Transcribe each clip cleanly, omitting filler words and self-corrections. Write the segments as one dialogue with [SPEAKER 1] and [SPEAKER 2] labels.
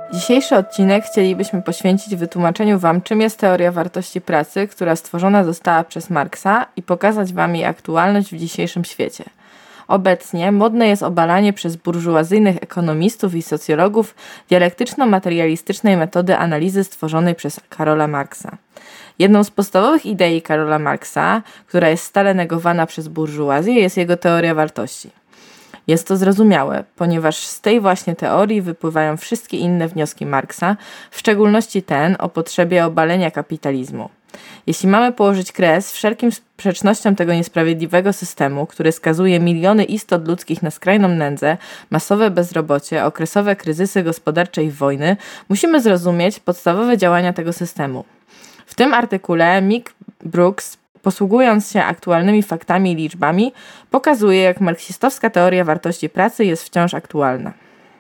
[SPEAKER 1] Dzisiejszy odcinek chcielibyśmy poświęcić wytłumaczeniu Wam, czym jest teoria wartości pracy, która stworzona została przez Marksa i pokazać Wam jej aktualność w dzisiejszym świecie. Obecnie modne jest obalanie przez burżuazyjnych ekonomistów i socjologów dialektyczno-materialistycznej metody analizy stworzonej przez Karola Marksa. Jedną z podstawowych idei Karola Marksa, która jest stale negowana przez burżuazję, jest jego teoria wartości. Jest to zrozumiałe, ponieważ z tej właśnie teorii wypływają wszystkie inne wnioski Marksa, w szczególności ten o potrzebie obalenia kapitalizmu. Jeśli mamy położyć kres wszelkim sprzecznościom tego niesprawiedliwego systemu, który skazuje miliony istot ludzkich na skrajną nędzę, masowe bezrobocie, okresowe kryzysy gospodarcze i wojny, musimy zrozumieć podstawowe działania tego systemu. W tym artykule Mick Brooks, posługując się aktualnymi faktami i liczbami, pokazuje, jak marksistowska teoria wartości pracy jest wciąż aktualna.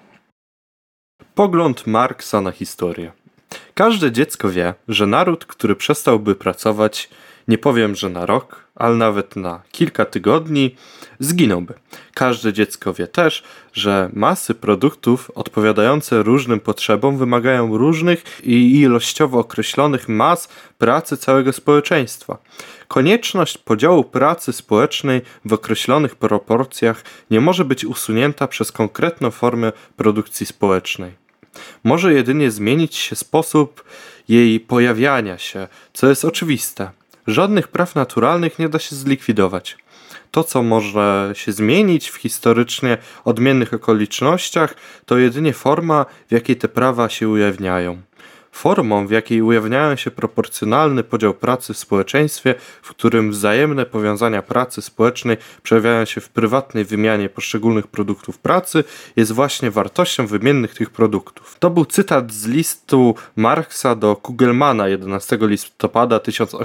[SPEAKER 2] Pogląd Marksa na historię. Każde dziecko wie, że naród, który przestałby pracować, nie powiem, że na rok, ale nawet na kilka tygodni, zginąłby. Każde dziecko wie też, że masy produktów odpowiadające różnym potrzebom wymagają różnych i ilościowo określonych mas pracy całego społeczeństwa. Konieczność podziału pracy społecznej w określonych proporcjach nie może być usunięta przez konkretną formę produkcji społecznej. Może jedynie zmienić się sposób jej pojawiania się, co jest oczywiste. Żadnych praw naturalnych nie da się zlikwidować. To, co może się zmienić w historycznie odmiennych okolicznościach, to jedynie forma, w jakiej te prawa się ujawniają. Formą, w jakiej ujawniają się proporcjonalny podział pracy w społeczeństwie, w którym wzajemne powiązania pracy społecznej przejawiają się w prywatnej wymianie poszczególnych produktów pracy, jest właśnie wartością wymiennych tych produktów. To był cytat z listu Marksa do Kugelmana 11 listopada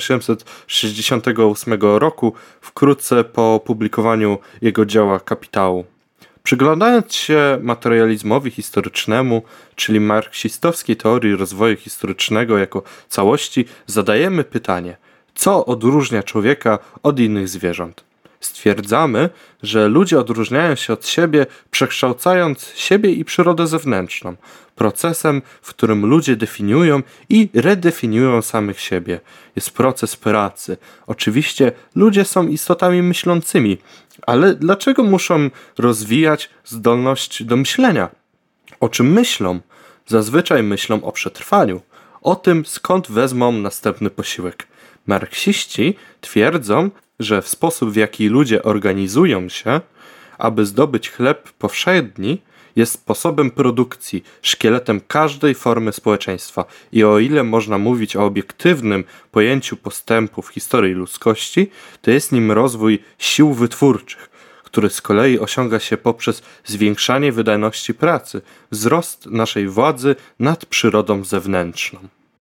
[SPEAKER 2] 1868 roku, wkrótce po opublikowaniu jego dzieła Kapitału. Przyglądając się materializmowi historycznemu, czyli marksistowskiej teorii rozwoju historycznego jako całości, zadajemy pytanie, co odróżnia człowieka od innych zwierząt? Stwierdzamy, że ludzie odróżniają się od siebie, przekształcając siebie i przyrodę zewnętrzną, procesem, w którym ludzie definiują i redefiniują samych siebie. Jest proces pracy. Oczywiście ludzie są istotami myślącymi, ale dlaczego muszą rozwijać zdolność do myślenia? O czym myślą? Zazwyczaj myślą o przetrwaniu, o tym, skąd wezmą następny posiłek. Marksiści twierdzą, że w sposób, w jaki ludzie organizują się, aby zdobyć chleb powszedni, jest sposobem produkcji, szkieletem każdej formy społeczeństwa i o ile można mówić o obiektywnym pojęciu postępu w historii ludzkości, to jest nim rozwój sił wytwórczych, który z kolei osiąga się poprzez zwiększanie wydajności pracy, wzrost naszej władzy nad przyrodą zewnętrzną.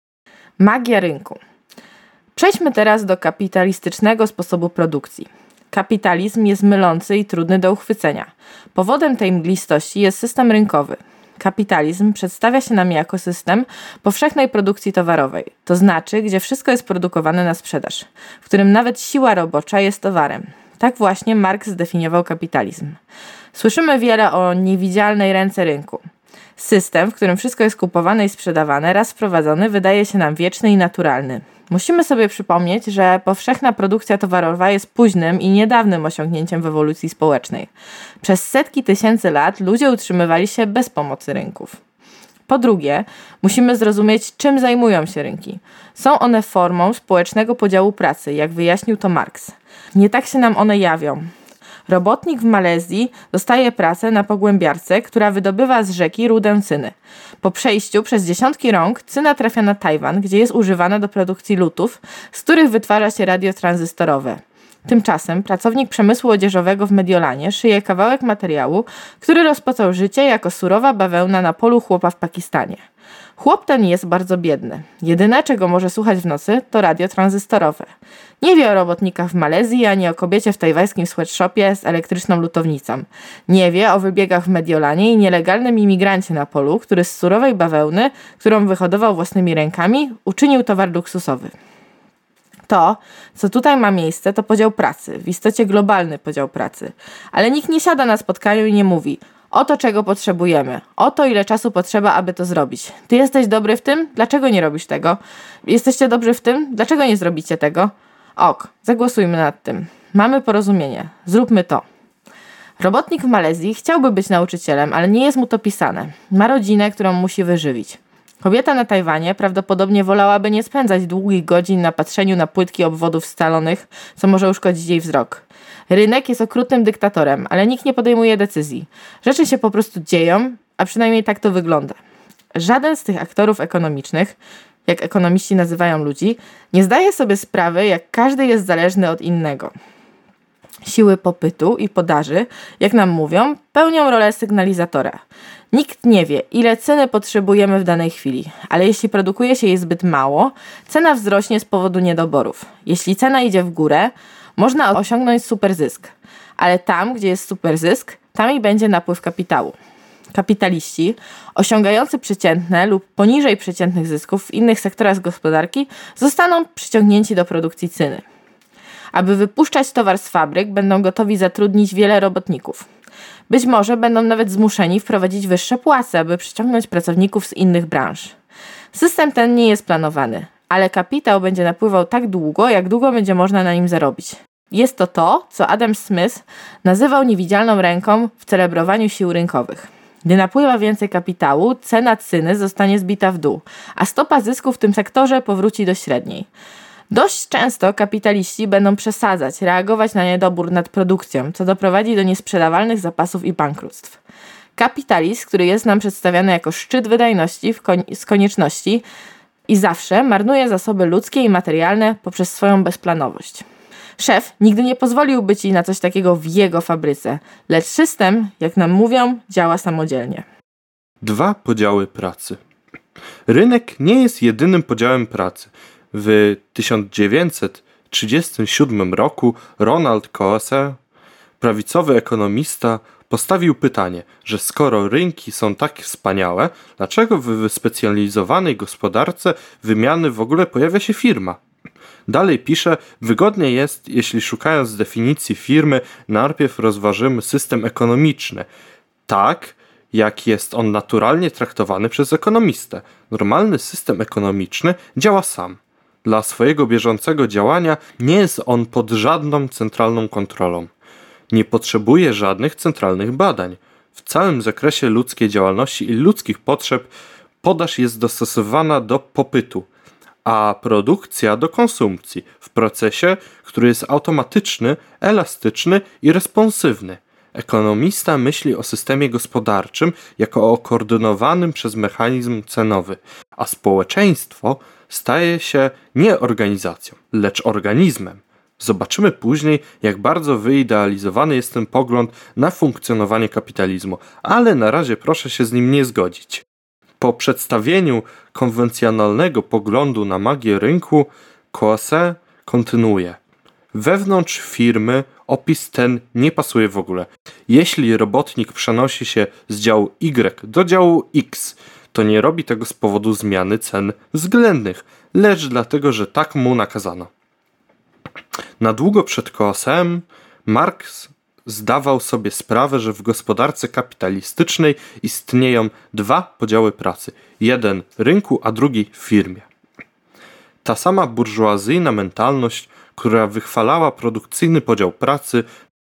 [SPEAKER 1] Magia rynku. Przejdźmy teraz do kapitalistycznego sposobu produkcji. Kapitalizm jest mylący i trudny do uchwycenia. Powodem tej mglistości jest system rynkowy. Kapitalizm przedstawia się nam jako system powszechnej produkcji towarowej, to znaczy, gdzie wszystko jest produkowane na sprzedaż, w którym nawet siła robocza jest towarem. Tak właśnie Marks zdefiniował kapitalizm. Słyszymy wiele o niewidzialnej ręce rynku. System, w którym wszystko jest kupowane i sprzedawane, raz wprowadzony, wydaje się nam wieczny i naturalny. Musimy sobie przypomnieć, że powszechna produkcja towarowa jest późnym i niedawnym osiągnięciem w ewolucji społecznej. Przez setki tysięcy lat ludzie utrzymywali się bez pomocy rynków. Po drugie, musimy zrozumieć, czym zajmują się rynki. Są one formą społecznego podziału pracy, jak wyjaśnił to Marks. Nie tak się nam one jawią. Robotnik w Malezji dostaje pracę na pogłębiarce, która wydobywa z rzeki rudę cyny. Po przejściu przez dziesiątki rąk cyna trafia na Tajwan, gdzie jest używana do produkcji lutów, z których wytwarza się radio tranzystorowe. Tymczasem pracownik przemysłu odzieżowego w Mediolanie szyje kawałek materiału, który rozpoczął życie jako surowa bawełna na polu chłopa w Pakistanie. Chłop ten jest bardzo biedny. Jedyne, czego może słuchać w nocy, to radio tranzystorowe. Nie wie o robotnikach w Malezji, ani o kobiecie w tajwańskim sweatshopie z elektryczną lutownicą. Nie wie o wybiegach w Mediolanie i nielegalnym imigrancie na polu, który z surowej bawełny, którą wyhodował własnymi rękami, uczynił towar luksusowy. To, co tutaj ma miejsce, to podział pracy, w istocie globalny podział pracy. Ale nikt nie siada na spotkaniu i nie mówi: Oto czego potrzebujemy. Oto ile czasu potrzeba, aby to zrobić. Ty jesteś dobry w tym? Dlaczego nie robisz tego? Jesteście dobrzy w tym? Dlaczego nie zrobicie tego? Ok, zagłosujmy nad tym. Mamy porozumienie. Zróbmy to. Robotnik w Malezji chciałby być nauczycielem, ale nie jest mu to pisane. Ma rodzinę, którą musi wyżywić. Kobieta na Tajwanie prawdopodobnie wolałaby nie spędzać długich godzin na patrzeniu na płytki obwodów scalonych, co może uszkodzić jej wzrok. Rynek jest okrutnym dyktatorem, ale nikt nie podejmuje decyzji. Rzeczy się po prostu dzieją, a przynajmniej tak to wygląda. Żaden z tych aktorów ekonomicznych, jak ekonomiści nazywają ludzi, nie zdaje sobie sprawy, jak każdy jest zależny od innego. Siły popytu i podaży, jak nam mówią, pełnią rolę sygnalizatora. Nikt nie wie, ile ceny potrzebujemy w danej chwili, ale jeśli produkuje się jej zbyt mało, cena wzrośnie z powodu niedoborów. Jeśli cena idzie w górę, można osiągnąć superzysk, ale tam, gdzie jest superzysk, tam i będzie napływ kapitału. Kapitaliści osiągający przeciętne lub poniżej przeciętnych zysków w innych sektorach gospodarki zostaną przyciągnięci do produkcji cyny. Aby wypuszczać towar z fabryk, będą gotowi zatrudnić wiele robotników. Być może będą nawet zmuszeni wprowadzić wyższe płace, aby przyciągnąć pracowników z innych branż. System ten nie jest planowany, ale kapitał będzie napływał tak długo, jak długo będzie można na nim zarobić. Jest to, co Adam Smith nazywał niewidzialną ręką w celebrowaniu sił rynkowych. Gdy napływa więcej kapitału, cena cyny zostanie zbita w dół, a stopa zysku w tym sektorze powróci do średniej. Dość często kapitaliści będą przesadzać, reagować na niedobór nad produkcją, co doprowadzi do niesprzedawalnych zapasów i bankructw. Kapitalizm, który jest nam przedstawiany jako szczyt wydajności z konieczności i zawsze marnuje zasoby ludzkie i materialne poprzez swoją bezplanowość. Szef nigdy nie pozwoliłby ci na coś takiego w jego fabryce, lecz system, jak nam mówią, działa samodzielnie.
[SPEAKER 2] 2 podziały pracy. Rynek nie jest jedynym podziałem pracy. W 1937 roku Ronald Coase, prawicowy ekonomista, postawił pytanie, że skoro rynki są tak wspaniałe, dlaczego w wyspecjalizowanej gospodarce wymiany w ogóle pojawia się firma? Dalej pisze, wygodnie jest, jeśli szukając definicji firmy, najpierw rozważymy system ekonomiczny. Tak, jak jest on naturalnie traktowany przez ekonomistę. Normalny system ekonomiczny działa sam. Dla swojego bieżącego działania nie jest on pod żadną centralną kontrolą. Nie potrzebuje żadnych centralnych badań. W całym zakresie ludzkiej działalności i ludzkich potrzeb podaż jest dostosowana do popytu, a produkcja do konsumpcji w procesie, który jest automatyczny, elastyczny i responsywny. Ekonomista myśli o systemie gospodarczym jako o koordynowanym przez mechanizm cenowy, a społeczeństwo staje się nie organizacją, lecz organizmem. Zobaczymy później, jak bardzo wyidealizowany jest ten pogląd na funkcjonowanie kapitalizmu, ale na razie proszę się z nim nie zgodzić. Po przedstawieniu konwencjonalnego poglądu na magię rynku, Coase kontynuuje. Wewnątrz firmy opis ten nie pasuje w ogóle. Jeśli robotnik przenosi się z działu Y do działu X, to nie robi tego z powodu zmiany cen względnych, lecz dlatego, że tak mu nakazano. Na długo przed Coasem Marx zdawał sobie sprawę, że w gospodarce kapitalistycznej istnieją 2 podziały pracy. Jeden rynku, a drugi w firmie. Ta sama burżuazyjna mentalność, która wychwalała produkcyjny podział pracy,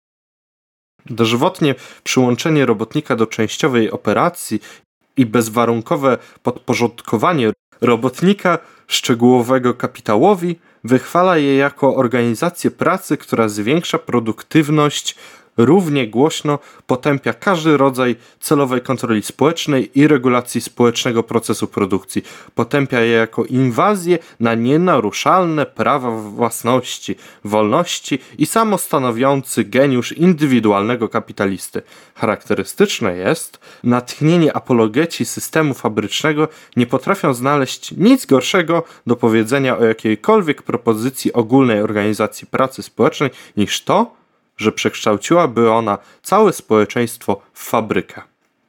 [SPEAKER 2] dożywotnie przyłączenie robotnika do częściowej operacji i bezwarunkowe podporządkowanie robotnika szczegółowego kapitałowi, wychwala je jako organizację pracy, która zwiększa produktywność, równie głośno potępia każdy rodzaj celowej kontroli społecznej i regulacji społecznego procesu produkcji. Potępia je jako inwazję na nienaruszalne prawa własności, wolności i samostanowiący geniusz indywidualnego kapitalisty. Charakterystyczne jest, natchnieni apologeci systemu fabrycznego nie potrafią znaleźć nic gorszego do powiedzenia o jakiejkolwiek propozycji ogólnej organizacji pracy społecznej niż to, że przekształciłaby ona całe społeczeństwo w fabrykę.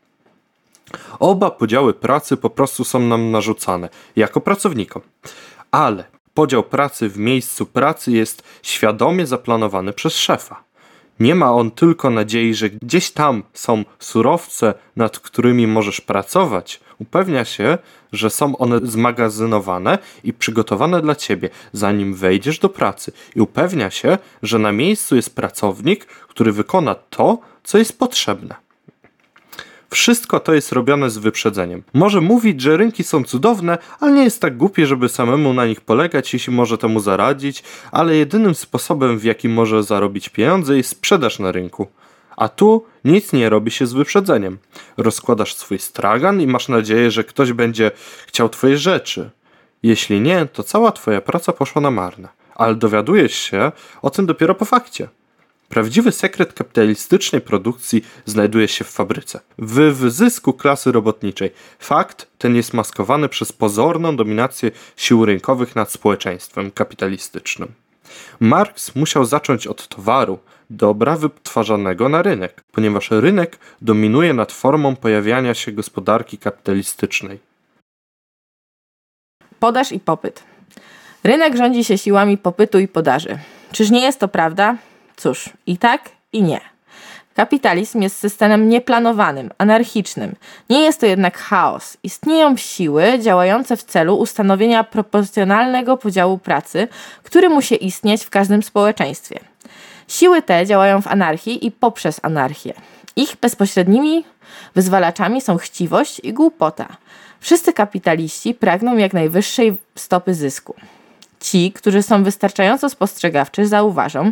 [SPEAKER 2] Oba podziały pracy po prostu są nam narzucane, jako pracownikom. Ale podział pracy w miejscu pracy jest świadomie zaplanowany przez szefa. Nie ma on tylko nadziei, że gdzieś tam są surowce, nad którymi możesz pracować. Upewnia się, że są one zmagazynowane i przygotowane dla ciebie, zanim wejdziesz do pracy. I upewnia się, że na miejscu jest pracownik, który wykona to, co jest potrzebne. Wszystko to jest robione z wyprzedzeniem. Może mówić, że rynki są cudowne, ale nie jest tak głupie, żeby samemu na nich polegać, jeśli może temu zaradzić, ale jedynym sposobem, w jaki może zarobić pieniądze, jest sprzedaż na rynku. A tu nic nie robi się z wyprzedzeniem. Rozkładasz swój stragan i masz nadzieję, że ktoś będzie chciał twoje rzeczy. Jeśli nie, to cała twoja praca poszła na marne. Ale dowiadujesz się o tym dopiero po fakcie. Prawdziwy sekret kapitalistycznej produkcji znajduje się w fabryce, w zysku klasy robotniczej. Fakt ten jest maskowany przez pozorną dominację sił rynkowych nad społeczeństwem kapitalistycznym. Marks musiał zacząć od towaru, dobra wytwarzanego na rynek, ponieważ rynek dominuje nad formą pojawiania się gospodarki kapitalistycznej.
[SPEAKER 1] Podaż i popyt. Rynek rządzi się siłami popytu i podaży. Czyż nie jest to prawda? Cóż, i tak, i nie. Kapitalizm jest systemem nieplanowanym, anarchicznym. Nie jest to jednak chaos. Istnieją siły działające w celu ustanowienia proporcjonalnego podziału pracy, który musi istnieć w każdym społeczeństwie. Siły te działają w anarchii i poprzez anarchię. Ich bezpośrednimi wyzwalaczami są chciwość i głupota. Wszyscy kapitaliści pragną jak najwyższej stopy zysku. Ci, którzy są wystarczająco spostrzegawczy, zauważą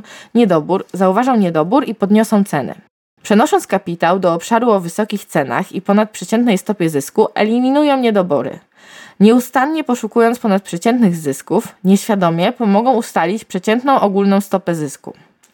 [SPEAKER 1] niedobór i podniosą cenę. Przenosząc kapitał do obszaru o wysokich cenach i ponadprzeciętnej stopie zysku, eliminują niedobory. Nieustannie poszukując ponadprzeciętnych zysków, nieświadomie pomogą ustalić przeciętną ogólną stopę zysku.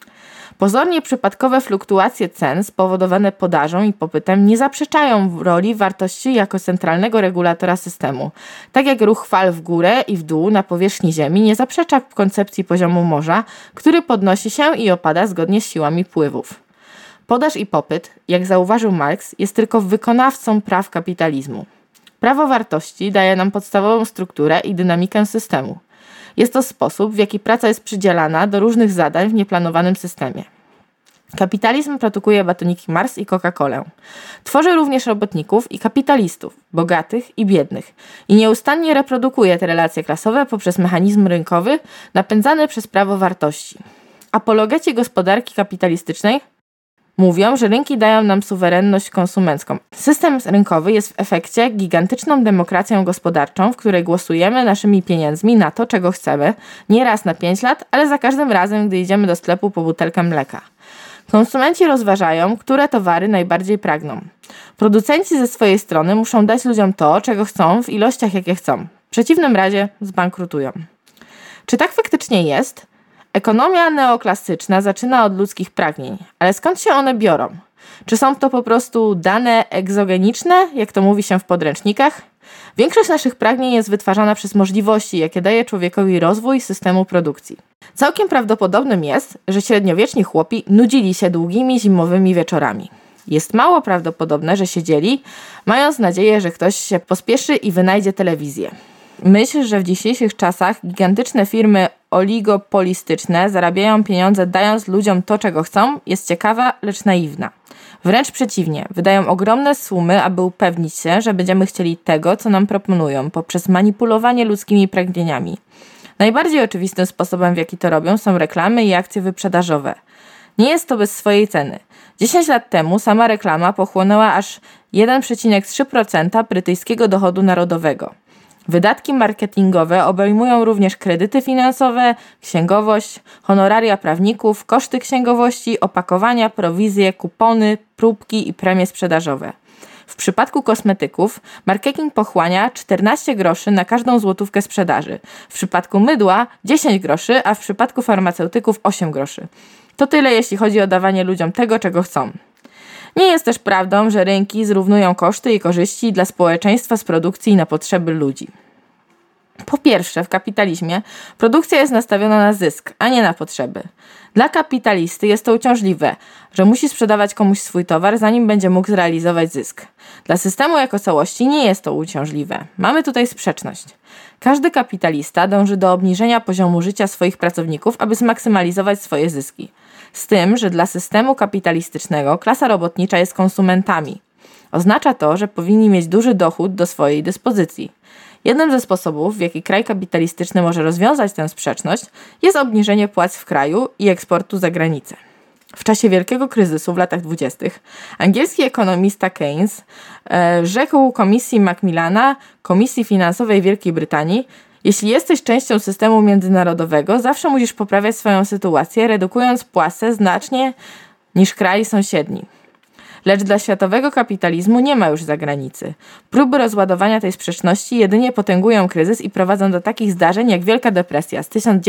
[SPEAKER 1] Pozornie przypadkowe fluktuacje cen spowodowane podażą i popytem nie zaprzeczają roli wartości jako centralnego regulatora systemu. Tak jak ruch fal w górę i w dół na powierzchni Ziemi nie zaprzecza koncepcji poziomu morza, który podnosi się i opada zgodnie z siłami pływów. Podaż i popyt, jak zauważył Marx, jest tylko wykonawcą praw kapitalizmu. Prawo wartości daje nam podstawową strukturę i dynamikę systemu. Jest to sposób, w jaki praca jest przydzielana do różnych zadań w nieplanowanym systemie. Kapitalizm produkuje batoniki Mars i Coca-Colę. Tworzy również robotników i kapitalistów, bogatych i biednych. I nieustannie reprodukuje te relacje klasowe poprzez mechanizm rynkowy napędzany przez prawo wartości. Apologeci gospodarki kapitalistycznej mówią, że rynki dają nam suwerenność konsumencką. System rynkowy jest w efekcie gigantyczną demokracją gospodarczą, w której głosujemy naszymi pieniędzmi na to, czego chcemy, nie raz na 5 lat, ale za każdym razem, gdy idziemy do sklepu po butelkę mleka. Konsumenci rozważają, które towary najbardziej pragną. Producenci ze swojej strony muszą dać ludziom to, czego chcą, w ilościach, jakie chcą. W przeciwnym razie zbankrutują. Czy tak faktycznie jest? Ekonomia neoklasyczna zaczyna od ludzkich pragnień, ale skąd się one biorą? Czy są to po prostu dane egzogeniczne, jak to mówi się w podręcznikach? Większość naszych pragnień jest wytwarzana przez możliwości, jakie daje człowiekowi rozwój systemu produkcji. Całkiem prawdopodobnym jest, że średniowieczni chłopi nudzili się długimi zimowymi wieczorami. Jest mało prawdopodobne, że siedzieli, mając nadzieję, że ktoś się pospieszy i wynajdzie telewizję. Myśl, że w dzisiejszych czasach gigantyczne firmy oligopolistyczne zarabiają pieniądze dając ludziom to, czego chcą, jest ciekawa, lecz naiwna. Wręcz przeciwnie, wydają ogromne sumy, aby upewnić się, że będziemy chcieli tego, co nam proponują, poprzez manipulowanie ludzkimi pragnieniami. Najbardziej oczywistym sposobem, w jaki to robią, są reklamy i akcje wyprzedażowe. Nie jest to bez swojej ceny. 10 lat temu sama reklama pochłonęła aż 1,3% brytyjskiego dochodu narodowego. Wydatki marketingowe obejmują również kredyty finansowe, księgowość, honoraria prawników, koszty księgowości, opakowania, prowizje, kupony, próbki i premie sprzedażowe. W przypadku kosmetyków marketing pochłania 14 groszy na każdą złotówkę sprzedaży. W przypadku mydła 10 groszy, a w przypadku farmaceutyków 8 groszy. To tyle, jeśli chodzi o dawanie ludziom tego, czego chcą. Nie jest też prawdą, że rynki zrównują koszty i korzyści dla społeczeństwa z produkcji na potrzeby ludzi. Po pierwsze, w kapitalizmie produkcja jest nastawiona na zysk, a nie na potrzeby. Dla kapitalisty jest to uciążliwe, że musi sprzedawać komuś swój towar, zanim będzie mógł zrealizować zysk. Dla systemu jako całości nie jest to uciążliwe. Mamy tutaj sprzeczność. Każdy kapitalista dąży do obniżenia poziomu życia swoich pracowników, aby zmaksymalizować swoje zyski. Z tym, że dla systemu kapitalistycznego klasa robotnicza jest konsumentami. Oznacza to, że powinni mieć duży dochód do swojej dyspozycji. Jednym ze sposobów, w jaki kraj kapitalistyczny może rozwiązać tę sprzeczność, jest obniżenie płac w kraju i eksportu za granicę. W czasie wielkiego kryzysu w latach 20. angielski ekonomista Keynes rzekł Komisji Macmillana, Komisji Finansowej Wielkiej Brytanii: jeśli jesteś częścią systemu międzynarodowego, zawsze musisz poprawiać swoją sytuację, redukując płace znacznie niż kraj sąsiedni. Lecz dla światowego kapitalizmu nie ma już zagranicy. Próby rozładowania tej sprzeczności jedynie potęgują kryzys i prowadzą do takich zdarzeń jak Wielka Depresja z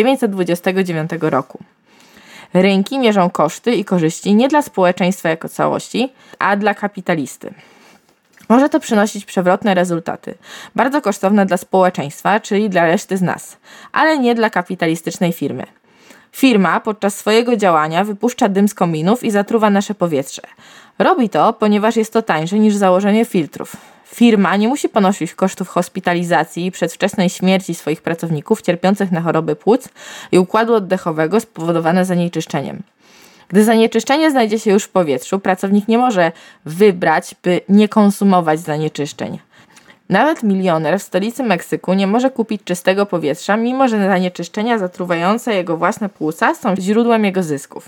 [SPEAKER 1] 1929 roku. Rynki mierzą koszty i korzyści nie dla społeczeństwa jako całości, a dla kapitalisty. Może to przynosić przewrotne rezultaty, bardzo kosztowne dla społeczeństwa, czyli dla reszty z nas, ale nie dla kapitalistycznej firmy. Firma podczas swojego działania wypuszcza dym z kominów i zatruwa nasze powietrze. Robi to, ponieważ jest to tańsze niż założenie filtrów. Firma nie musi ponosić kosztów hospitalizacji i przedwczesnej śmierci swoich pracowników cierpiących na choroby płuc i układu oddechowego spowodowane zanieczyszczeniem. Gdy zanieczyszczenie znajdzie się już w powietrzu, pracownik nie może wybrać, by nie konsumować zanieczyszczeń. Nawet milioner w stolicy Meksyku nie może kupić czystego powietrza, mimo że zanieczyszczenia zatruwające jego własne płuca są źródłem jego zysków.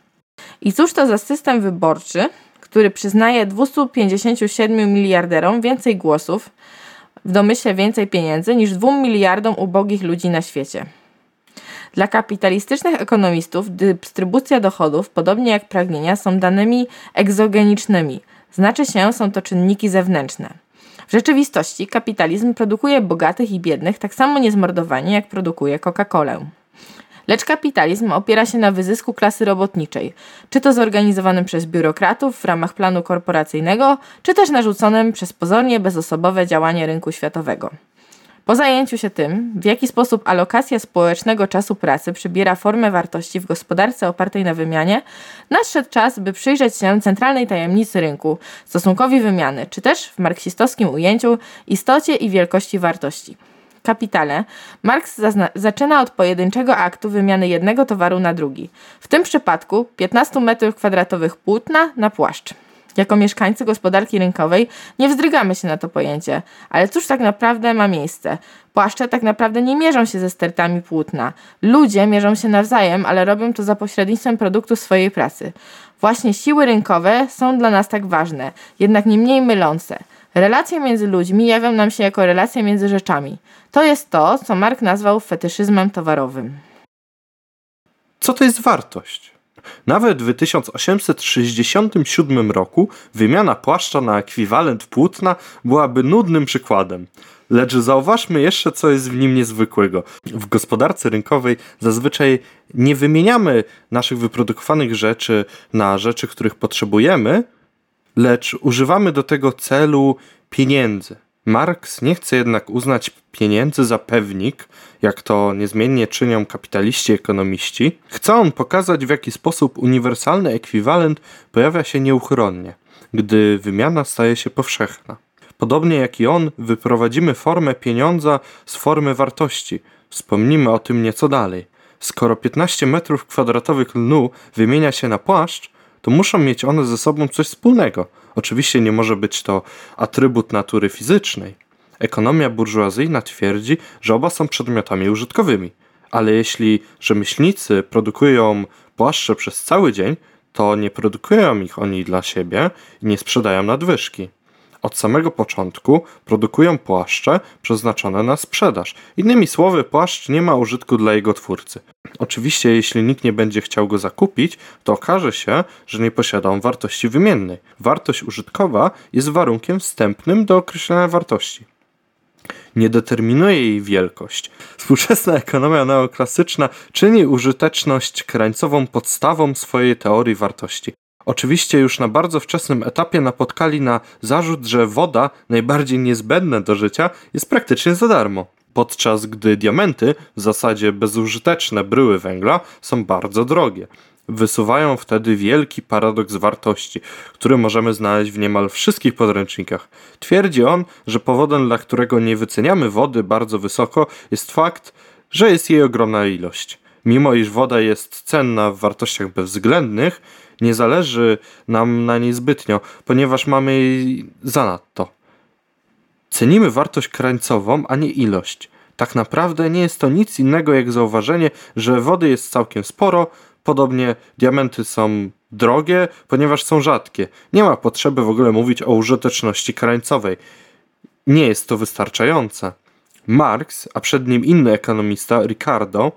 [SPEAKER 1] I cóż to za system wyborczy, który przyznaje 257 miliarderom więcej głosów, w domyśle więcej pieniędzy, niż 2 miliardom ubogich ludzi na świecie. Dla kapitalistycznych ekonomistów dystrybucja dochodów, podobnie jak pragnienia, są danymi egzogenicznymi. Znaczy się, są to czynniki zewnętrzne. W rzeczywistości kapitalizm produkuje bogatych i biednych tak samo niezmordowanie, jak produkuje Coca-Colę. Lecz kapitalizm opiera się na wyzysku klasy robotniczej, czy to zorganizowanym przez biurokratów w ramach planu korporacyjnego, czy też narzuconym przez pozornie bezosobowe działanie rynku światowego. Po zajęciu się tym, w jaki sposób alokacja społecznego czasu pracy przybiera formę wartości w gospodarce opartej na wymianie, nadszedł czas, by przyjrzeć się centralnej tajemnicy rynku, stosunkowi wymiany, czy też w marksistowskim ujęciu istocie i wielkości wartości. W Kapitale Marks zaczyna od pojedynczego aktu wymiany jednego towaru na drugi, w tym przypadku 15 m2 płótna na płaszcz. Jako mieszkańcy gospodarki rynkowej nie wzdrygamy się na to pojęcie, ale cóż tak naprawdę ma miejsce? Płaszcze tak naprawdę nie mierzą się ze stertami płótna. Ludzie mierzą się nawzajem, ale robią to za pośrednictwem produktu swojej pracy. Właśnie siły rynkowe są dla nas tak ważne, jednak nie mniej mylące. Relacje między ludźmi jawią nam się jako relacje między rzeczami. To jest to, co Marx nazwał fetyszyzmem towarowym.
[SPEAKER 2] Co to jest wartość? Nawet w 1867 roku wymiana płaszcza na ekwiwalent płótna byłaby nudnym przykładem. Lecz zauważmy jeszcze, co jest w nim niezwykłego. W gospodarce rynkowej zazwyczaj nie wymieniamy naszych wyprodukowanych rzeczy na rzeczy, których potrzebujemy, lecz używamy do tego celu pieniędzy. Marks nie chce jednak uznać pieniędzy za pewnik, jak to niezmiennie czynią kapitaliści ekonomiści. Chce on pokazać, w jaki sposób uniwersalny ekwiwalent pojawia się nieuchronnie, gdy wymiana staje się powszechna. Podobnie jak i on, wyprowadzimy formę pieniądza z formy wartości. Wspomnimy o tym nieco dalej. Skoro 15 m2 lnu wymienia się na płaszcz, to muszą mieć one ze sobą coś wspólnego. Oczywiście nie może być to atrybut natury fizycznej. Ekonomia burżuazyjna twierdzi, że oba są przedmiotami użytkowymi. Ale jeśli rzemieślnicy produkują płaszcze przez cały dzień, to nie produkują ich oni dla siebie i nie sprzedają nadwyżki. Od samego początku produkują płaszcze przeznaczone na sprzedaż. Innymi słowy, płaszcz nie ma użytku dla jego twórcy. Oczywiście, jeśli nikt nie będzie chciał go zakupić, to okaże się, że nie posiada on wartości wymiennej. Wartość użytkowa jest warunkiem wstępnym do określenia wartości. Nie determinuje jej wielkość. Współczesna ekonomia neoklasyczna czyni użyteczność krańcową podstawą swojej teorii wartości. Oczywiście już na bardzo wczesnym etapie napotkali na zarzut, że woda, najbardziej niezbędna do życia, jest praktycznie za darmo. Podczas gdy diamenty, w zasadzie bezużyteczne bryły węgla, są bardzo drogie. Wysuwają wtedy wielki paradoks wartości, który możemy znaleźć w niemal wszystkich podręcznikach. Twierdzi on, że powodem, dla którego nie wyceniamy wody bardzo wysoko, jest fakt, że jest jej ogromna ilość. Mimo iż woda jest cenna w wartościach bezwzględnych, nie zależy nam na niej zbytnio, ponieważ mamy jej zanadto. Cenimy wartość krańcową, a nie ilość. Tak naprawdę nie jest to nic innego jak zauważenie, że wody jest całkiem sporo, podobnie diamenty są drogie, ponieważ są rzadkie. Nie ma potrzeby w ogóle mówić o użyteczności krańcowej. Nie jest to wystarczające. Marx, a przed nim inny ekonomista, Ricardo,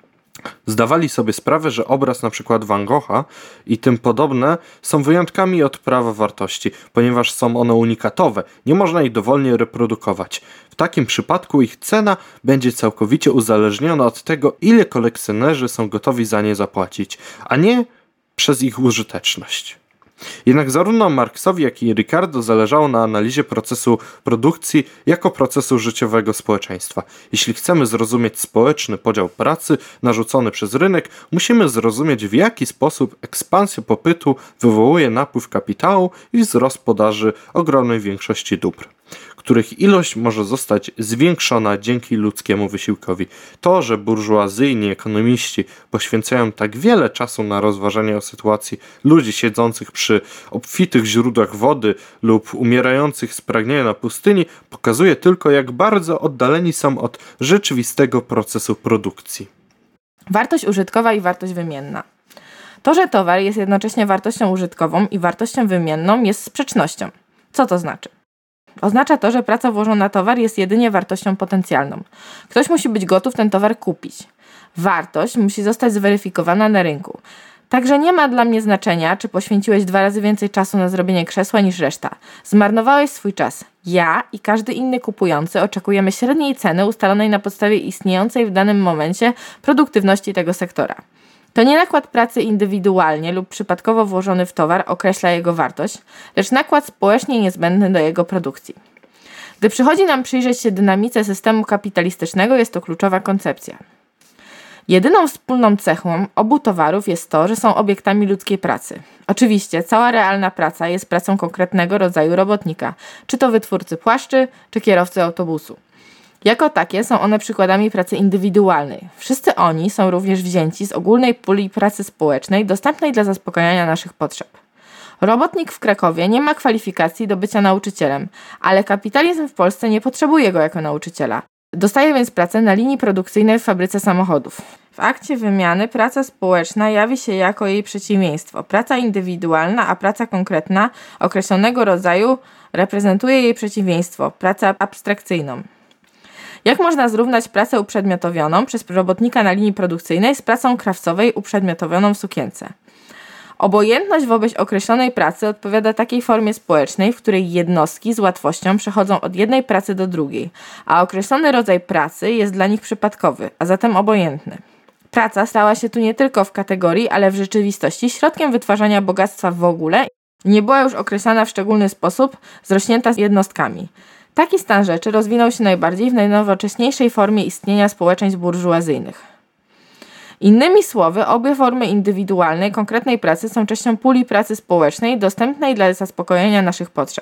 [SPEAKER 2] zdawali sobie sprawę, że obraz na przykład Van Gogha i tym podobne są wyjątkami od prawa wartości, ponieważ są one unikatowe, nie można ich dowolnie reprodukować. W takim przypadku ich cena będzie całkowicie uzależniona od tego, ile kolekcjonerzy są gotowi za nie zapłacić, a nie przez ich użyteczność. Jednak zarówno Marxowi, jak i Ricardo zależało na analizie procesu produkcji jako procesu życiowego społeczeństwa. Jeśli chcemy zrozumieć społeczny podział pracy narzucony przez rynek, musimy zrozumieć, w jaki sposób ekspansja popytu wywołuje napływ kapitału i wzrost podaży ogromnej większości dóbr, których ilość może zostać zwiększona dzięki ludzkiemu wysiłkowi. To, że burżuazyjni ekonomiści poświęcają tak wiele czasu na rozważanie o sytuacji ludzi siedzących przy obfitych źródłach wody lub umierających z pragnienia na pustyni, pokazuje tylko, jak bardzo oddaleni są od rzeczywistego procesu produkcji.
[SPEAKER 1] Wartość użytkowa i wartość wymienna. To, że towar jest jednocześnie wartością użytkową i wartością wymienną, jest sprzecznością. Co to znaczy? Oznacza to, że praca włożona na towar jest jedynie wartością potencjalną. Ktoś musi być gotów ten towar kupić. Wartość musi zostać zweryfikowana na rynku. Także nie ma dla mnie znaczenia, czy poświęciłeś 2 razy więcej czasu na zrobienie krzesła niż reszta. Zmarnowałeś swój czas. Ja i każdy inny kupujący oczekujemy średniej ceny ustalonej na podstawie istniejącej w danym momencie produktywności tego sektora. To nie nakład pracy indywidualnie lub przypadkowo włożony w towar określa jego wartość, lecz nakład społecznie niezbędny do jego produkcji. Gdy przychodzi nam przyjrzeć się dynamice systemu kapitalistycznego, jest to kluczowa koncepcja. Jedyną wspólną cechą obu towarów jest to, że są obiektami ludzkiej pracy. Oczywiście cała realna praca jest pracą konkretnego rodzaju robotnika, czy to wytwórcy płaszczy, czy kierowcy autobusu. Jako takie są one przykładami pracy indywidualnej. Wszyscy oni są również wzięci z ogólnej puli pracy społecznej dostępnej dla zaspokajania naszych potrzeb. Robotnik w Krakowie nie ma kwalifikacji do bycia nauczycielem, ale kapitalizm w Polsce nie potrzebuje go jako nauczyciela. Dostaje więc pracę na linii produkcyjnej w fabryce samochodów. W akcie wymiany praca społeczna jawi się jako jej przeciwieństwo. Praca indywidualna, a praca konkretna określonego rodzaju reprezentuje jej przeciwieństwo, pracę abstrakcyjną. Jak można zrównać pracę uprzedmiotowioną przez robotnika na linii produkcyjnej z pracą krawcowej uprzedmiotowioną w sukience? Obojętność wobec określonej pracy odpowiada takiej formie społecznej, w której jednostki z łatwością przechodzą od jednej pracy do drugiej, a określony rodzaj pracy jest dla nich przypadkowy, a zatem obojętny. Praca stała się tu nie tylko w kategorii, ale w rzeczywistości środkiem wytwarzania bogactwa w ogóle i nie była już określana w szczególny sposób, zrośnięta z jednostkami. Taki stan rzeczy rozwinął się najbardziej w najnowocześniejszej formie istnienia społeczeństw burżuazyjnych. Innymi słowy, obie formy indywidualnej, konkretnej pracy są częścią puli pracy społecznej dostępnej dla zaspokojenia naszych potrzeb.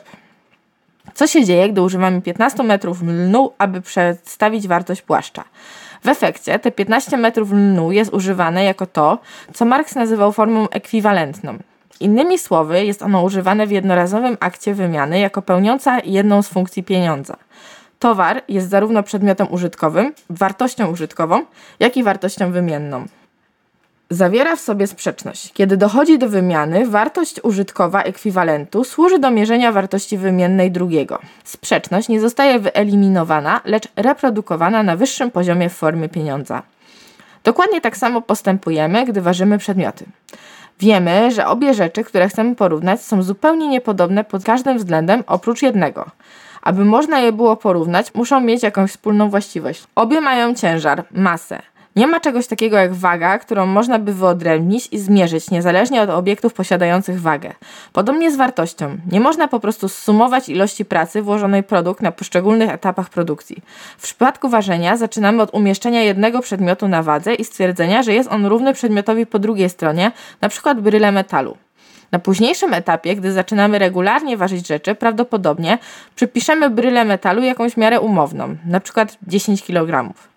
[SPEAKER 1] Co się dzieje, gdy używamy 15 metrów lnu, aby przedstawić wartość płaszcza? W efekcie te 15 metrów lnu jest używane jako to, co Marx nazywał formą ekwiwalentną. Innymi słowy, jest ono używane w jednorazowym akcie wymiany jako pełniąca jedną z funkcji pieniądza. Towar jest zarówno przedmiotem użytkowym, wartością użytkową, jak i wartością wymienną. Zawiera w sobie sprzeczność. Kiedy dochodzi do wymiany, wartość użytkowa ekwiwalentu służy do mierzenia wartości wymiennej drugiego. Sprzeczność nie zostaje wyeliminowana, lecz reprodukowana na wyższym poziomie w formie pieniądza. Dokładnie tak samo postępujemy, gdy ważymy przedmioty. Wiemy, że obie rzeczy, które chcemy porównać, są zupełnie niepodobne pod każdym względem oprócz jednego. Aby można je było porównać, muszą mieć jakąś wspólną właściwość. Obie mają ciężar, masę. Nie ma czegoś takiego jak waga, którą można by wyodrębnić i zmierzyć, niezależnie od obiektów posiadających wagę. Podobnie z wartością. Nie można po prostu zsumować ilości pracy włożonej w produkt na poszczególnych etapach produkcji. W przypadku ważenia zaczynamy od umieszczenia jednego przedmiotu na wadze i stwierdzenia, że jest on równy przedmiotowi po drugiej stronie, np. bryle metalu. Na późniejszym etapie, gdy zaczynamy regularnie ważyć rzeczy, prawdopodobnie przypiszemy bryle metalu jakąś miarę umowną, np. 10 kg.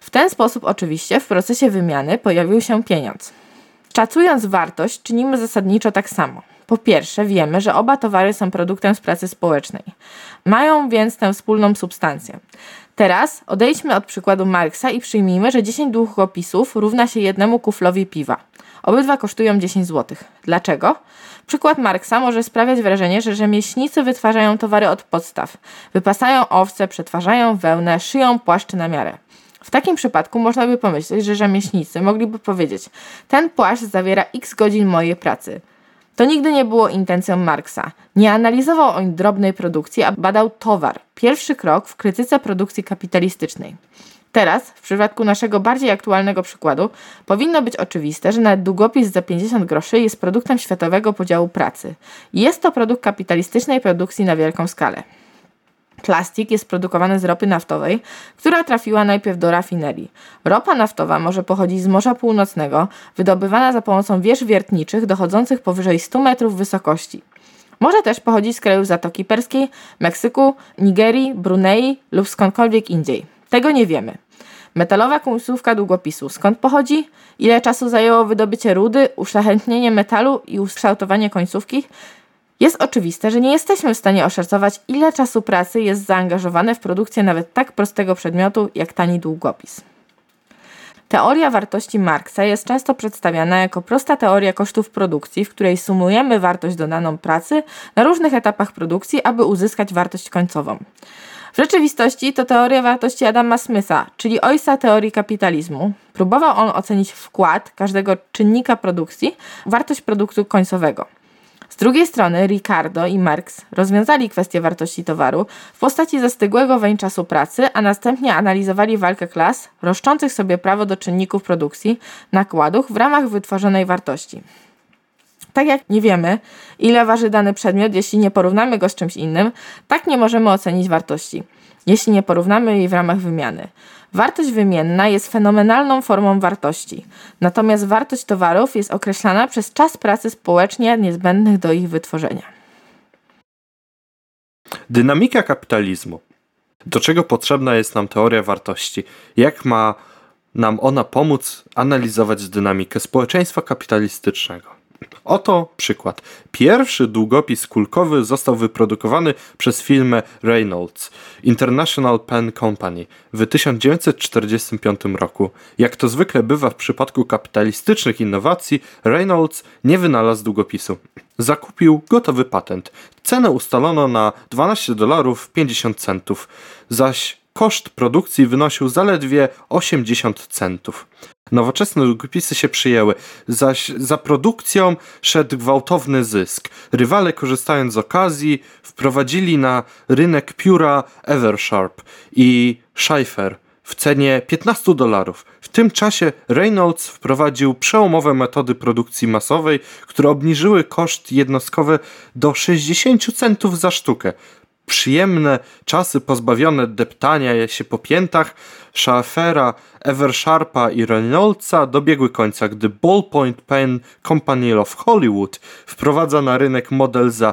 [SPEAKER 1] W ten sposób oczywiście w procesie wymiany pojawił się pieniądz. Szacując wartość, czynimy zasadniczo tak samo. Po pierwsze, wiemy, że oba towary są produktem z pracy społecznej. Mają więc tę wspólną substancję. Teraz odejdźmy od przykładu Marksa i przyjmijmy, że 10 długopisów równa się 1 kuflowi piwa. Obydwa kosztują 10 zł. Dlaczego? Przykład Marksa może sprawiać wrażenie, że rzemieślnicy wytwarzają towary od podstaw. Wypasają owce, przetwarzają wełnę, szyją płaszcze na miarę. W takim przypadku można by pomyśleć, że rzemieślnicy mogliby powiedzieć: ten płaszcz zawiera x godzin mojej pracy. To nigdy nie było intencją Marksa. Nie analizował on drobnej produkcji, a badał towar. Pierwszy krok w krytyce produkcji kapitalistycznej. Teraz, w przypadku naszego bardziej aktualnego przykładu, powinno być oczywiste, że nawet długopis za 50 groszy jest produktem światowego podziału pracy. Jest to produkt kapitalistycznej produkcji na wielką skalę. Plastik jest produkowany z ropy naftowej, która trafiła najpierw do rafinerii. Ropa naftowa może pochodzić z Morza Północnego, wydobywana za pomocą wież wiertniczych dochodzących powyżej 100 metrów wysokości. Może też pochodzić z krajów Zatoki Perskiej, Meksyku, Nigerii, Brunei lub skądkolwiek indziej. Tego nie wiemy. Metalowa końcówka długopisu. Skąd pochodzi? Ile czasu zajęło wydobycie rudy, uszlachetnienie metalu i ukształtowanie końcówki? Jest oczywiste, że nie jesteśmy w stanie oszacować, ile czasu pracy jest zaangażowane w produkcję nawet tak prostego przedmiotu jak tani długopis. Teoria wartości Marksa jest często przedstawiana jako prosta teoria kosztów produkcji, w której sumujemy wartość dodaną pracy na różnych etapach produkcji, aby uzyskać wartość końcową. W rzeczywistości to teoria wartości Adama Smitha, czyli ojca teorii kapitalizmu. Próbował on ocenić wkład każdego czynnika produkcji w wartość produktu końcowego. Z drugiej strony Ricardo i Marx rozwiązali kwestię wartości towaru w postaci zastygłego weń czasu pracy, a następnie analizowali walkę klas roszczących sobie prawo do czynników produkcji, nakładów w ramach wytworzonej wartości. Tak jak nie wiemy, ile waży dany przedmiot, jeśli nie porównamy go z czymś innym, tak nie możemy ocenić wartości, jeśli nie porównamy jej w ramach wymiany. Wartość wymienna jest fenomenalną formą wartości, natomiast wartość towarów jest określana przez czas pracy społecznie niezbędnych do ich wytworzenia.
[SPEAKER 2] Dynamika kapitalizmu. Do czego potrzebna jest nam teoria wartości? Jak ma nam ona pomóc analizować dynamikę społeczeństwa kapitalistycznego? Oto przykład. Pierwszy długopis kulkowy został wyprodukowany przez firmę Reynolds International Pen Company w 1945 roku. Jak to zwykle bywa w przypadku kapitalistycznych innowacji, Reynolds nie wynalazł długopisu. Zakupił gotowy patent. Cenę ustalono na $12.50, zaś koszt produkcji wynosił zaledwie 80 centów. Nowoczesne długopisy się przyjęły, zaś za produkcją szedł gwałtowny zysk. Rywale, korzystając z okazji, wprowadzili na rynek pióra Eversharp i Schaefer w cenie $15. W tym czasie Reynolds wprowadził przełomowe metody produkcji masowej, które obniżyły koszt jednostkowy do 60 centów za sztukę. Przyjemne czasy pozbawione deptania się po piętach Schaeffera, Eversharpa i Reynoldsa dobiegły końca, gdy Ballpoint Pen Company of Hollywood wprowadza na rynek model za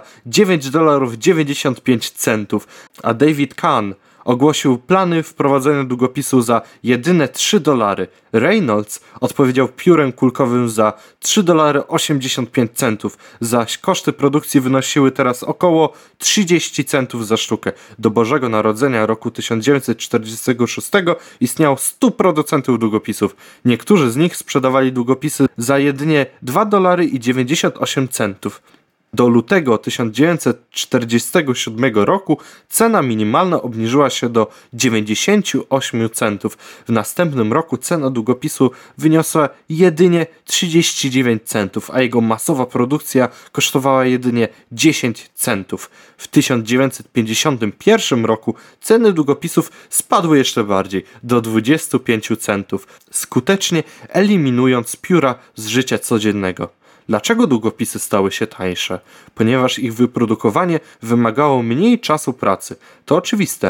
[SPEAKER 2] $9.95, a David Kahn ogłosił plany wprowadzenia długopisu za jedyne $3. Reynolds odpowiedział piórem kulkowym za $3.85, zaś koszty produkcji wynosiły teraz około 30 centów za sztukę. Do Bożego Narodzenia roku 1946 istniało 100 producentów długopisów. Niektórzy z nich sprzedawali długopisy za jedynie $2.98. Do lutego 1947 roku cena minimalna obniżyła się do 98 centów. W następnym roku cena długopisu wyniosła jedynie 39 centów, a jego masowa produkcja kosztowała jedynie 10 centów. W 1951 roku ceny długopisów spadły jeszcze bardziej, do 25 centów, skutecznie eliminując pióra z życia codziennego. Dlaczego długopisy stały się tańsze? Ponieważ ich wyprodukowanie wymagało mniej czasu pracy. To oczywiste.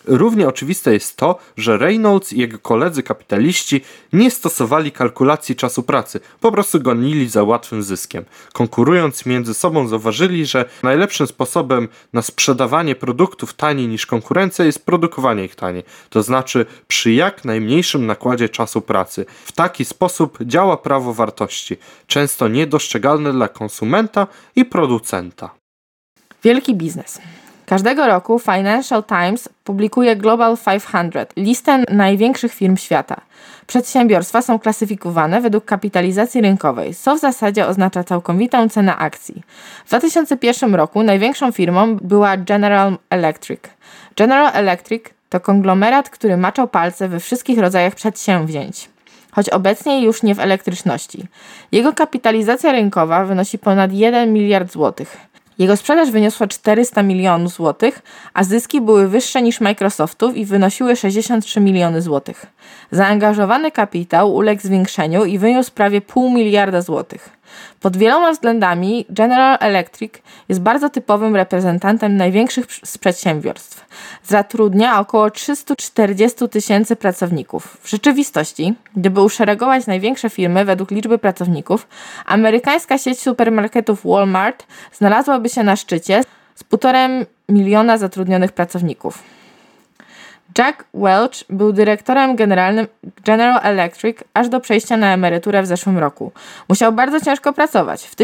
[SPEAKER 2] Równie oczywiste jest to, że Reynolds i jego koledzy kapitaliści nie stosowali kalkulacji czasu pracy, po prostu gonili za łatwym zyskiem. Konkurując między sobą zauważyli, że najlepszym sposobem na sprzedawanie produktów taniej niż konkurencja jest produkowanie ich taniej, to znaczy przy jak najmniejszym nakładzie czasu pracy. W taki sposób działa prawo wartości, często niedostrzegalne dla konsumenta i producenta.
[SPEAKER 1] Wielki biznes. Każdego roku Financial Times publikuje Global 500, listę największych firm świata. Przedsiębiorstwa są klasyfikowane według kapitalizacji rynkowej, co w zasadzie oznacza całkowitą cenę akcji. W 2001 roku największą firmą była General Electric. General Electric to konglomerat, który maczał palce we wszystkich rodzajach przedsięwzięć, choć obecnie już nie w elektryczności. Jego kapitalizacja rynkowa wynosi ponad 1 miliard złotych. Jego sprzedaż wyniosła 400 milionów złotych, a zyski były wyższe niż Microsoftów i wynosiły 63 miliony złotych. Zaangażowany kapitał uległ zwiększeniu i wyniósł prawie $0,5 miliarda złotych. Pod wieloma względami General Electric jest bardzo typowym reprezentantem największych z przedsiębiorstw. Zatrudnia około 340 tysięcy pracowników. W rzeczywistości, gdyby uszeregować największe firmy według liczby pracowników, amerykańska sieć supermarketów Walmart znalazłaby się na szczycie z 1,5 miliona zatrudnionych pracowników. Jack Welch był dyrektorem generalnym General Electric aż do przejścia na emeryturę w zeszłym roku. Musiał bardzo ciężko pracować. W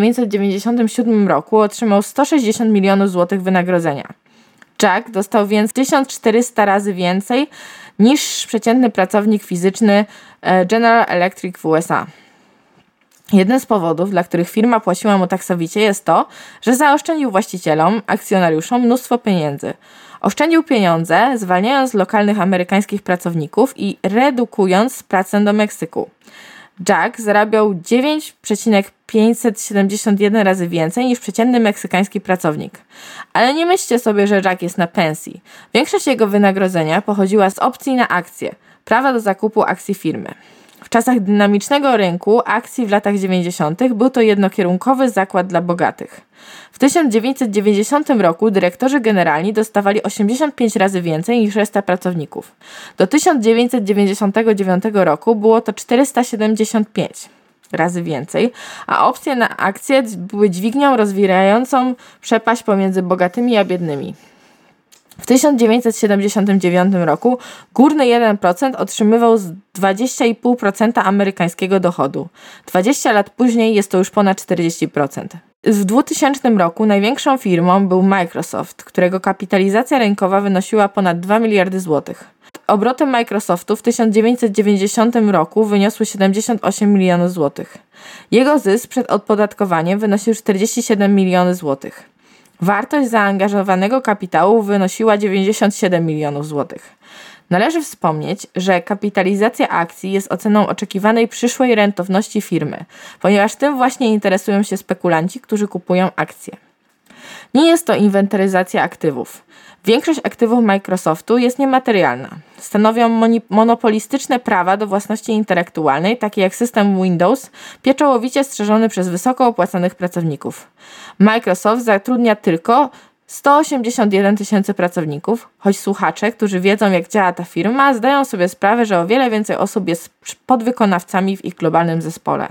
[SPEAKER 1] 1997 roku otrzymał 160 milionów złotych wynagrodzenia. Jack dostał więc 1400 razy więcej niż przeciętny pracownik fizyczny General Electric w USA. Jeden z powodów, dla których firma płaciła mu tak sowicie, jest to, że zaoszczędził właścicielom, akcjonariuszom mnóstwo pieniędzy. Oszczędził pieniądze, zwalniając lokalnych amerykańskich pracowników i redukując pracę do Meksyku. Jack zarabiał 9,571 razy więcej niż przeciętny meksykański pracownik. Ale nie myślcie sobie, że Jack jest na pensji. Większość jego wynagrodzenia pochodziła z opcji na akcje, prawa do zakupu akcji firmy. W czasach dynamicznego rynku akcji w latach 90. był to jednokierunkowy zakład dla bogatych. W 1990 roku dyrektorzy generalni dostawali 85 razy więcej niż reszta pracowników. Do 1999 roku było to 475 razy więcej, a opcje na akcje były dźwignią rozwijającą przepaść pomiędzy bogatymi a biednymi. W 1979 roku górny 1% otrzymywał 20,5% amerykańskiego dochodu. 20 lat później jest to już ponad 40%. W 2000 roku największą firmą był Microsoft, którego kapitalizacja rynkowa wynosiła ponad 2 miliardy złotych. Obroty Microsoftu w 1990 roku wyniosły 78 milionów złotych. Jego zysk przed odpodatkowaniem wynosił 47 milionów złotych. Wartość zaangażowanego kapitału wynosiła 97 milionów złotych. Należy wspomnieć, że kapitalizacja akcji jest oceną oczekiwanej przyszłej rentowności firmy, ponieważ tym właśnie interesują się spekulanci, którzy kupują akcje. Nie jest to inwentaryzacja aktywów. Większość aktywów Microsoftu jest niematerialna. Stanowią monopolistyczne prawa do własności intelektualnej, takie jak system Windows, pieczołowicie strzeżony przez wysoko opłacanych pracowników. Microsoft zatrudnia tylko 181 tysięcy pracowników, choć słuchacze, którzy wiedzą, jak działa ta firma, zdają sobie sprawę, że o wiele więcej osób jest podwykonawcami w ich globalnym zespole.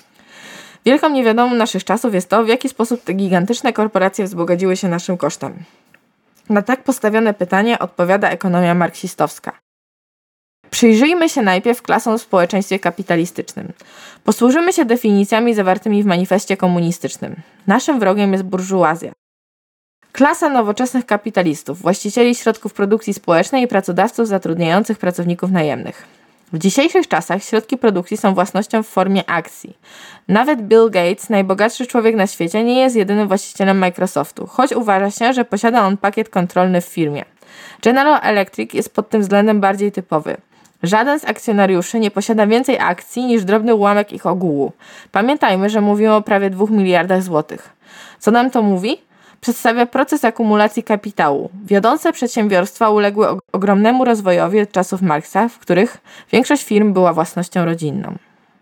[SPEAKER 1] Wielką niewiadomą naszych czasów jest to, w jaki sposób te gigantyczne korporacje wzbogaciły się naszym kosztem. Na tak postawione pytanie odpowiada ekonomia marksistowska. Przyjrzyjmy się najpierw klasom w społeczeństwie kapitalistycznym. Posłużymy się definicjami zawartymi w manifestie komunistycznym. Naszym wrogiem jest burżuazja. Klasa nowoczesnych kapitalistów, właścicieli środków produkcji społecznej i pracodawców zatrudniających pracowników najemnych. W dzisiejszych czasach środki produkcji są własnością w formie akcji. Nawet Bill Gates, najbogatszy człowiek na świecie, nie jest jedynym właścicielem Microsoftu, choć uważa się, że posiada on pakiet kontrolny w firmie. General Electric jest pod tym względem bardziej typowy. Żaden z akcjonariuszy nie posiada więcej akcji niż drobny ułamek ich ogółu. Pamiętajmy, że mówimy o prawie 2 miliardach złotych. Co nam to mówi? Przedstawia proces akumulacji kapitału. Wiodące przedsiębiorstwa uległy ogromnemu rozwojowi od czasów Marksa, w których większość firm była własnością rodzinną.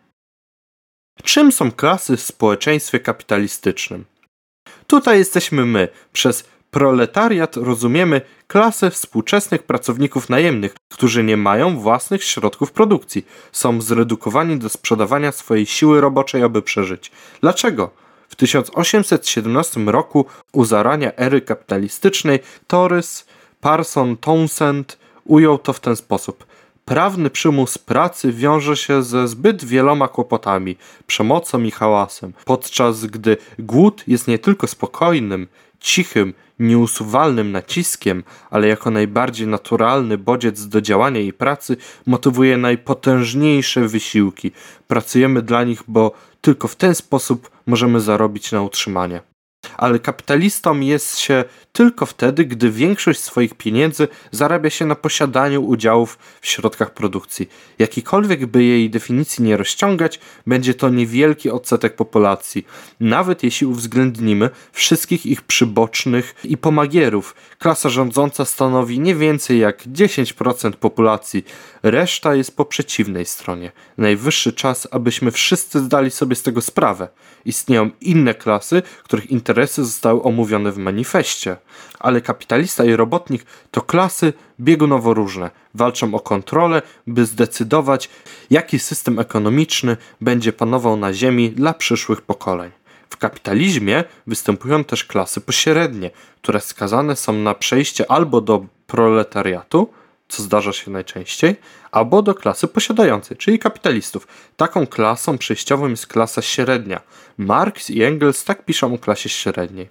[SPEAKER 2] Czym są klasy w społeczeństwie kapitalistycznym? Tutaj jesteśmy my, przez Proletariat rozumiemy klasę współczesnych pracowników najemnych, którzy nie mają własnych środków produkcji. Są zredukowani do sprzedawania swojej siły roboczej, aby przeżyć. Dlaczego? W 1817 roku u zarania ery kapitalistycznej Torys Parson Townsend ujął to w ten sposób. Prawny przymus pracy wiąże się ze zbyt wieloma kłopotami, przemocą i hałasem, podczas gdy głód jest nie tylko spokojnym, cichym, nieusuwalnym naciskiem, ale jako najbardziej naturalny bodziec do działania i pracy motywuje najpotężniejsze wysiłki. Pracujemy dla nich, bo tylko w ten sposób możemy zarobić na utrzymanie. Ale kapitalistą jest się tylko wtedy, gdy większość swoich pieniędzy zarabia się na posiadaniu udziałów w środkach produkcji. Jakikolwiek by jej definicji nie rozciągać, będzie to niewielki odsetek populacji. Nawet jeśli uwzględnimy wszystkich ich przybocznych i pomagierów, klasa rządząca stanowi nie więcej jak 10% populacji. Reszta jest po przeciwnej stronie. Najwyższy czas, abyśmy wszyscy zdali sobie z tego sprawę. Istnieją inne klasy, których interesy zostały omówione w manifestie. Ale kapitalista i robotnik to klasy biegunowo różne. Walczą o kontrolę, by zdecydować, jaki system ekonomiczny będzie panował na ziemi dla przyszłych pokoleń. W kapitalizmie występują też klasy pośrednie, które skazane są na przejście albo do proletariatu, co zdarza się najczęściej, albo do klasy posiadającej, czyli kapitalistów. Taką klasą przejściową jest klasa średnia. Marx i Engels tak piszą o klasie średniej.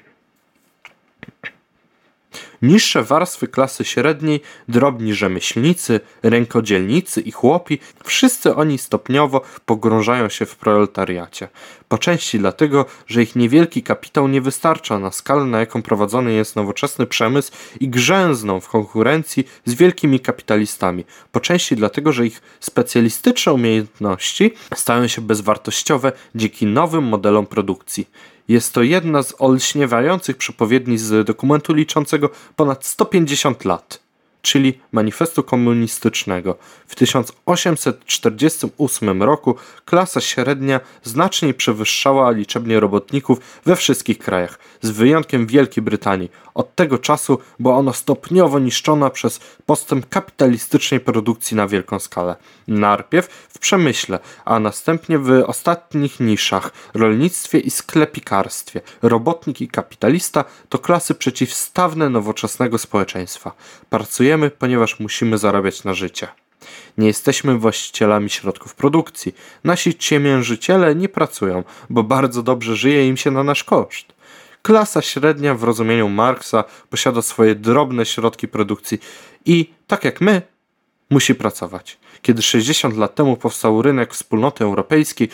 [SPEAKER 2] Niższe warstwy klasy średniej, drobni rzemieślnicy, rękodzielnicy i chłopi, wszyscy oni stopniowo pogrążają się w proletariacie. Po części dlatego, że ich niewielki kapitał nie wystarcza na skalę, na jaką prowadzony jest nowoczesny przemysł i grzęzną w konkurencji z wielkimi kapitalistami. Po części dlatego, że ich specjalistyczne umiejętności stają się bezwartościowe dzięki nowym modelom produkcji. Jest to jedna z olśniewających przepowiedni z dokumentu liczącego ponad 150 lat, czyli manifestu komunistycznego. W 1848 roku klasa średnia znacznie przewyższała liczebnie robotników we wszystkich krajach, z wyjątkiem Wielkiej Brytanii. Od tego czasu była ona stopniowo niszczona przez postęp kapitalistycznej produkcji na wielką skalę. Najpierw w przemyśle, a następnie w ostatnich niszach, rolnictwie i sklepikarstwie. Robotnik i kapitalista to klasy przeciwstawne nowoczesnego społeczeństwa. Pracujemy, ponieważ musimy zarabiać na życie. Nie jesteśmy właścicielami środków produkcji. Nasi ciemiężyciele nie pracują, bo bardzo dobrze żyje im się na nasz koszt. Klasa średnia w rozumieniu Marksa posiada swoje drobne środki produkcji i, tak jak my, musi pracować. Kiedy 60 lat temu powstał rynek Wspólnoty Europejskiej,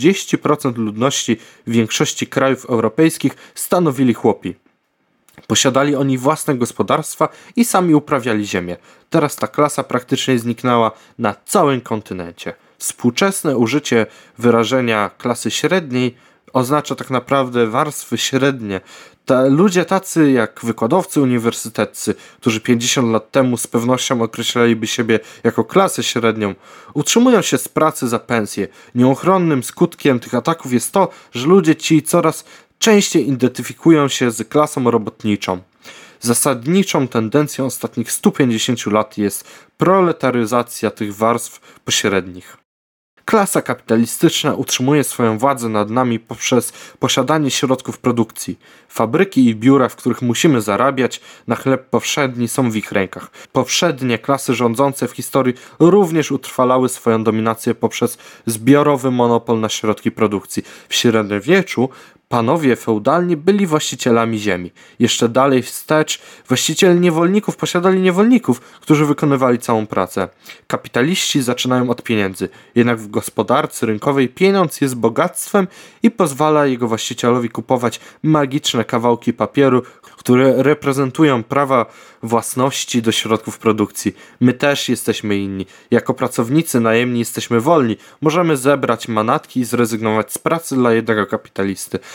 [SPEAKER 2] 30% ludności w większości krajów europejskich stanowili chłopi. Posiadali oni własne gospodarstwa i sami uprawiali ziemię. Teraz ta klasa praktycznie zniknęła na całym kontynencie. Współczesne użycie wyrażenia klasy średniej oznacza tak naprawdę warstwy średnie. Ludzie tacy jak wykładowcy uniwersyteccy, którzy 50 lat temu z pewnością określaliby siebie jako klasę średnią, utrzymują się z pracy za pensję. Nieuchronnym skutkiem tych ataków jest to, że ludzie ci coraz częściej identyfikują się z klasą robotniczą. Zasadniczą tendencją ostatnich 150 lat jest proletaryzacja tych warstw pośrednich. Klasa kapitalistyczna utrzymuje swoją władzę nad nami poprzez posiadanie środków produkcji. Fabryki i biura, w których musimy zarabiać na chleb powszedni, są w ich rękach. Poprzednie klasy rządzące w historii również utrwalały swoją dominację poprzez zbiorowy monopol na środki produkcji. W średniowieczu panowie feudalni byli właścicielami ziemi. Jeszcze dalej wstecz właściciele niewolników posiadali niewolników, którzy wykonywali całą pracę. Kapitaliści zaczynają od pieniędzy, jednak w gospodarce rynkowej pieniądz jest bogactwem i pozwala jego właścicielowi kupować magiczne kawałki papieru, które reprezentują prawa własności do środków produkcji. My też jesteśmy inni. Jako pracownicy najemni jesteśmy wolni. Możemy zebrać manatki i zrezygnować z pracy dla jednego kapitalisty.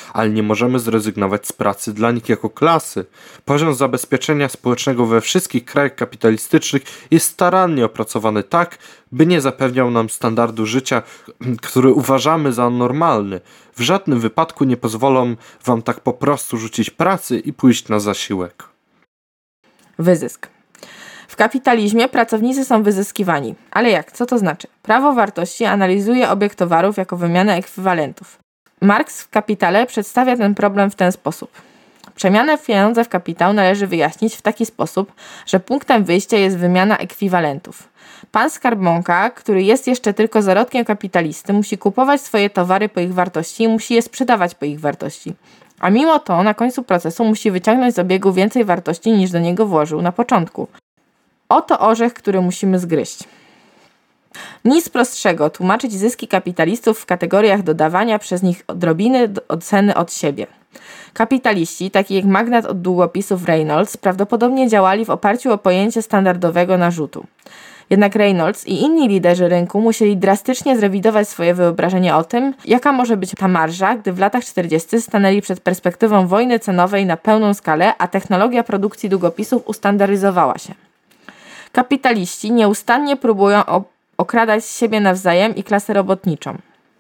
[SPEAKER 2] ale nie możemy zrezygnować z pracy dla nich jako klasy. Poziom zabezpieczenia społecznego we wszystkich krajach kapitalistycznych jest starannie opracowany tak, by nie zapewniał nam standardu życia, który uważamy za normalny. W żadnym wypadku nie pozwolą wam tak po prostu rzucić pracy i pójść na zasiłek.
[SPEAKER 1] Wyzysk. W kapitalizmie pracownicy są wyzyskiwani. Ale jak? Co to znaczy? Prawo wartości analizuje obieg towarów jako wymianę ekwiwalentów. Marx w Kapitale przedstawia ten problem w ten sposób. Przemianę w pieniądze w kapitał należy wyjaśnić w taki sposób, że punktem wyjścia jest wymiana ekwiwalentów. Pan skarbonka, który jest jeszcze tylko zarodkiem kapitalisty, musi kupować swoje towary po ich wartości i musi je sprzedawać po ich wartości. A mimo to na końcu procesu musi wyciągnąć z obiegu więcej wartości niż do niego włożył na początku. Oto orzech, który musimy zgryźć. Nic prostszego tłumaczyć zyski kapitalistów w kategoriach dodawania przez nich odrobiny oceny od siebie. Kapitaliści, taki jak magnat od długopisów Reynolds, prawdopodobnie działali w oparciu o pojęcie standardowego narzutu. Jednak Reynolds i inni liderzy rynku musieli drastycznie zrewidować swoje wyobrażenie o tym, jaka może być ta marża, gdy w latach 40. stanęli przed perspektywą wojny cenowej na pełną skalę, a technologia produkcji długopisów ustandaryzowała się. Kapitaliści nieustannie próbują okradać siebie nawzajem i klasę robotniczą,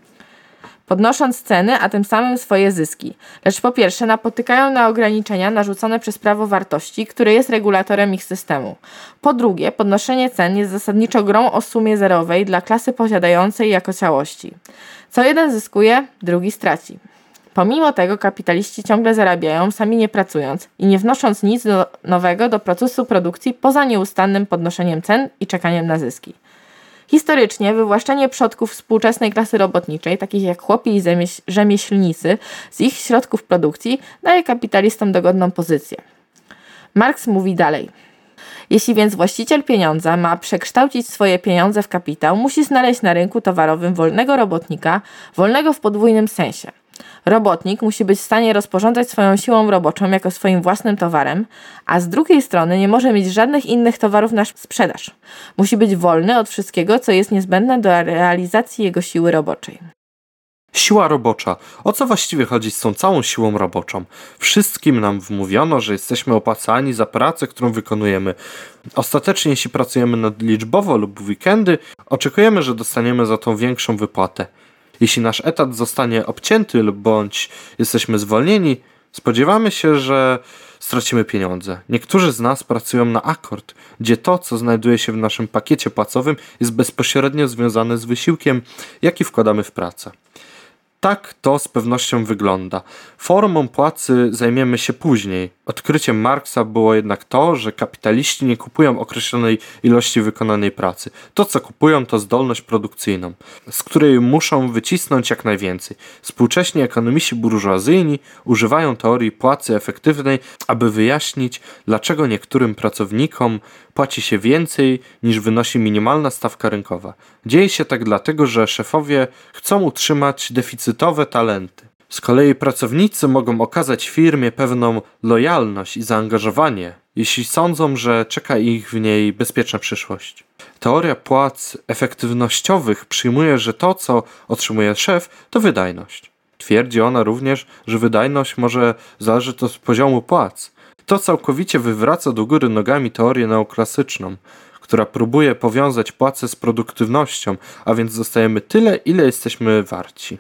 [SPEAKER 1] podnosząc ceny, a tym samym swoje zyski. Lecz po pierwsze napotykają na ograniczenia narzucone przez prawo wartości, które jest regulatorem ich systemu. Po drugie, podnoszenie cen jest zasadniczo grą o sumie zerowej dla klasy posiadającej jako całości. Co jeden zyskuje, drugi straci. Pomimo tego kapitaliści ciągle zarabiają, sami nie pracując i nie wnosząc nic nowego do procesu produkcji poza nieustannym podnoszeniem cen i czekaniem na zyski. Historycznie wywłaszczenie przodków współczesnej klasy robotniczej, takich jak chłopi i rzemieślnicy, z ich środków produkcji daje kapitalistom dogodną pozycję. Marx mówi dalej. Jeśli więc właściciel pieniądza ma przekształcić swoje pieniądze w kapitał, musi znaleźć na rynku towarowym wolnego robotnika, wolnego w podwójnym sensie. Robotnik musi być w stanie rozporządzać swoją siłą roboczą jako swoim własnym towarem, a z drugiej strony nie może mieć żadnych innych towarów na sprzedaż. Musi być wolny od wszystkiego, co jest niezbędne do realizacji jego siły roboczej.
[SPEAKER 2] Siła robocza. O co właściwie chodzi z tą całą siłą roboczą? Wszystkim nam wmówiono, że jesteśmy opłacani za pracę, którą wykonujemy. Ostatecznie, jeśli pracujemy nadliczbowo lub w weekendy, oczekujemy, że dostaniemy za tą większą wypłatę. Jeśli nasz etat zostanie obcięty lub bądź jesteśmy zwolnieni, spodziewamy się, że stracimy pieniądze. Niektórzy z nas pracują na akord, gdzie to, co znajduje się w naszym pakiecie płacowym, jest bezpośrednio związane z wysiłkiem, jaki wkładamy w pracę. Tak to z pewnością wygląda. Formą płacy zajmiemy się później. Odkryciem Marksa było jednak to, że kapitaliści nie kupują określonej ilości wykonanej pracy. To, co kupują, to zdolność produkcyjną, z której muszą wycisnąć jak najwięcej. Współcześni ekonomiści burżuazyjni używają teorii płacy efektywnej, aby wyjaśnić, dlaczego niektórym pracownikom płaci się więcej niż wynosi minimalna stawka rynkowa. Dzieje się tak dlatego, że szefowie chcą utrzymać deficytowe talenty. Z kolei pracownicy mogą okazać firmie pewną lojalność i zaangażowanie, jeśli sądzą, że czeka ich w niej bezpieczna przyszłość. Teoria płac efektywnościowych przyjmuje, że to, co otrzymuje szef, to wydajność. Twierdzi ona również, że wydajność może zależeć od poziomu płac. To całkowicie wywraca do góry nogami teorię neoklasyczną, która próbuje powiązać płacę z produktywnością, a więc dostajemy tyle, ile jesteśmy warci.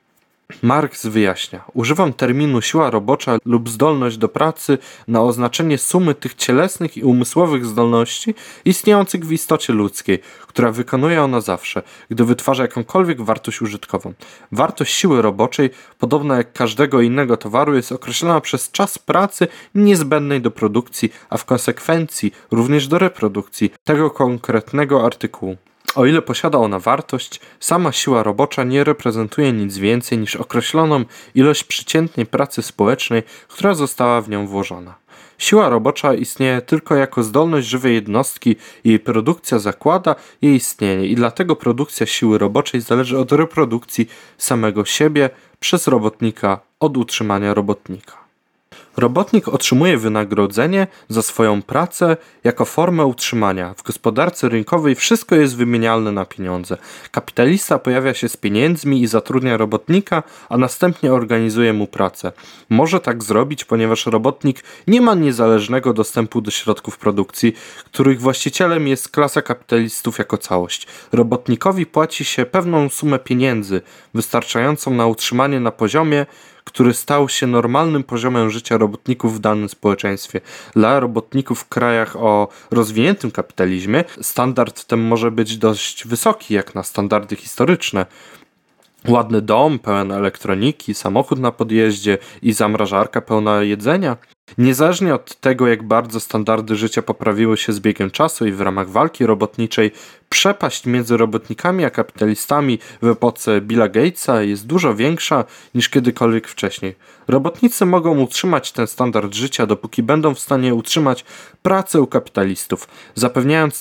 [SPEAKER 2] Marx wyjaśnia: używam terminu siła robocza lub zdolność do pracy na oznaczenie sumy tych cielesnych i umysłowych zdolności istniejących w istocie ludzkiej, która wykonuje ona zawsze, gdy wytwarza jakąkolwiek wartość użytkową. Wartość siły roboczej, podobna jak każdego innego towaru, jest określona przez czas pracy niezbędnej do produkcji, a w konsekwencji również do reprodukcji tego konkretnego artykułu. O ile posiada ona wartość, sama siła robocza nie reprezentuje nic więcej niż określoną ilość przeciętnej pracy społecznej, która została w nią włożona. Siła robocza istnieje tylko jako zdolność żywej jednostki i jej produkcja zakłada jej istnienie i dlatego produkcja siły roboczej zależy od reprodukcji samego siebie przez robotnika, od utrzymania robotnika. Robotnik otrzymuje wynagrodzenie za swoją pracę jako formę utrzymania. W gospodarce rynkowej wszystko jest wymienialne na pieniądze. Kapitalista pojawia się z pieniędzmi i zatrudnia robotnika, a następnie organizuje mu pracę. Może tak zrobić, ponieważ robotnik nie ma niezależnego dostępu do środków produkcji, których właścicielem jest klasa kapitalistów jako całość. Robotnikowi płaci się pewną sumę pieniędzy, wystarczającą na utrzymanie na poziomie, który stał się normalnym poziomem życia robotników w danym społeczeństwie. Dla robotników w krajach o rozwiniętym kapitalizmie standard ten może być dość wysoki, jak na standardy historyczne. Ładny dom pełen elektroniki, samochód na podjeździe i zamrażarka pełna jedzenia. Niezależnie od tego, jak bardzo standardy życia poprawiły się z biegiem czasu i w ramach walki robotniczej, przepaść między robotnikami a kapitalistami w epoce Billa Gatesa jest dużo większa niż kiedykolwiek wcześniej. Robotnicy mogą utrzymać ten standard życia, dopóki będą w stanie utrzymać pracę u kapitalistów, zapewniając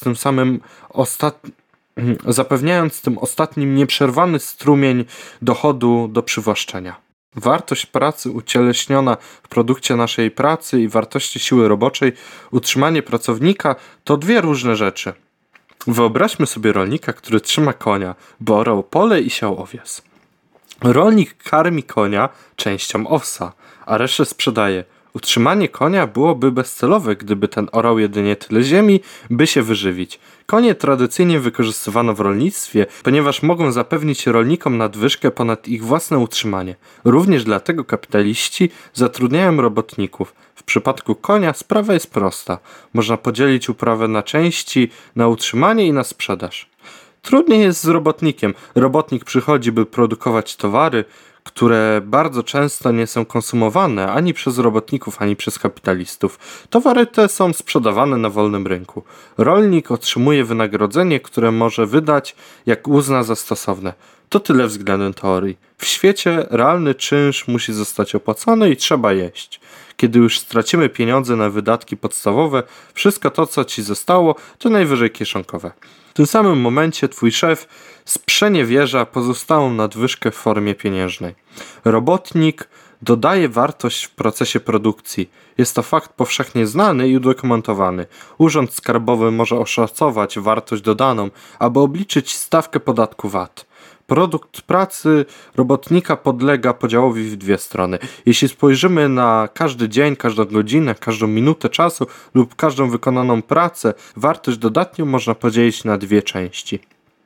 [SPEAKER 2] tym ostatnim nieprzerwany strumień dochodu do przywłaszczenia. Wartość pracy ucieleśniona w produkcie naszej pracy i wartości siły roboczej, utrzymanie pracownika to dwie różne rzeczy. Wyobraźmy sobie rolnika, który trzyma konia, bo orał pole i siał owies. Rolnik karmi konia częścią owsa, a resztę sprzedaje. Utrzymanie konia byłoby bezcelowe, gdyby ten orał jedynie tyle ziemi, by się wyżywić. Konie tradycyjnie wykorzystywano w rolnictwie, ponieważ mogą zapewnić rolnikom nadwyżkę ponad ich własne utrzymanie. Również dlatego kapitaliści zatrudniają robotników. W przypadku konia sprawa jest prosta. Można podzielić uprawę na części, na utrzymanie i na sprzedaż. Trudniej jest z robotnikiem. Robotnik przychodzi, by produkować towary, które bardzo często nie są konsumowane ani przez robotników, ani przez kapitalistów. Towary te są sprzedawane na wolnym rynku. Rolnik otrzymuje wynagrodzenie, które może wydać, jak uzna za stosowne. To tyle względem teorii. W świecie realny czynsz musi zostać opłacony i trzeba jeść. Kiedy już stracimy pieniądze na wydatki podstawowe, wszystko to, co ci zostało, to najwyżej kieszonkowe. W tym samym momencie twój szef sprzeniewierza pozostałą nadwyżkę w formie pieniężnej. Robotnik dodaje wartość w procesie produkcji. Jest to fakt powszechnie znany i udokumentowany. Urząd Skarbowy może oszacować wartość dodaną, aby obliczyć stawkę podatku VAT. Produkt pracy robotnika podlega podziałowi w dwie strony. Jeśli spojrzymy na każdy dzień, każdą godzinę, każdą minutę czasu lub każdą wykonaną pracę, wartość dodatnią można podzielić na dwie części.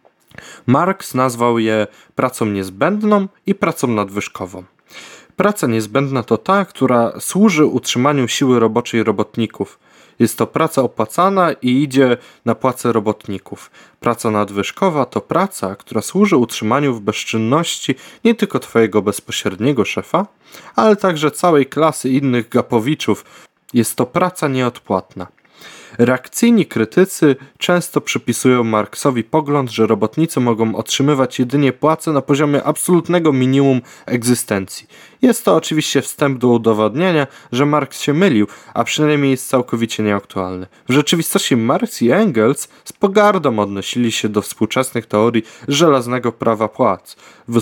[SPEAKER 2] Marx nazwał je pracą niezbędną i pracą nadwyżkową. Praca niezbędna to ta, która służy utrzymaniu siły roboczej robotników. Jest to praca opłacana i idzie na płacę robotników. Praca nadwyżkowa to praca, która służy utrzymaniu w bezczynności nie tylko twojego bezpośredniego szefa, ale także całej klasy innych gapowiczów. Jest to praca nieodpłatna. Reakcyjni krytycy często przypisują Marksowi pogląd, że robotnicy mogą otrzymywać jedynie płacę na poziomie absolutnego minimum egzystencji. Jest to oczywiście wstęp do udowodnienia, że Marks się mylił, a przynajmniej jest całkowicie nieaktualny. W rzeczywistości Marks i Engels z pogardą odnosili się do współczesnych teorii żelaznego prawa płac,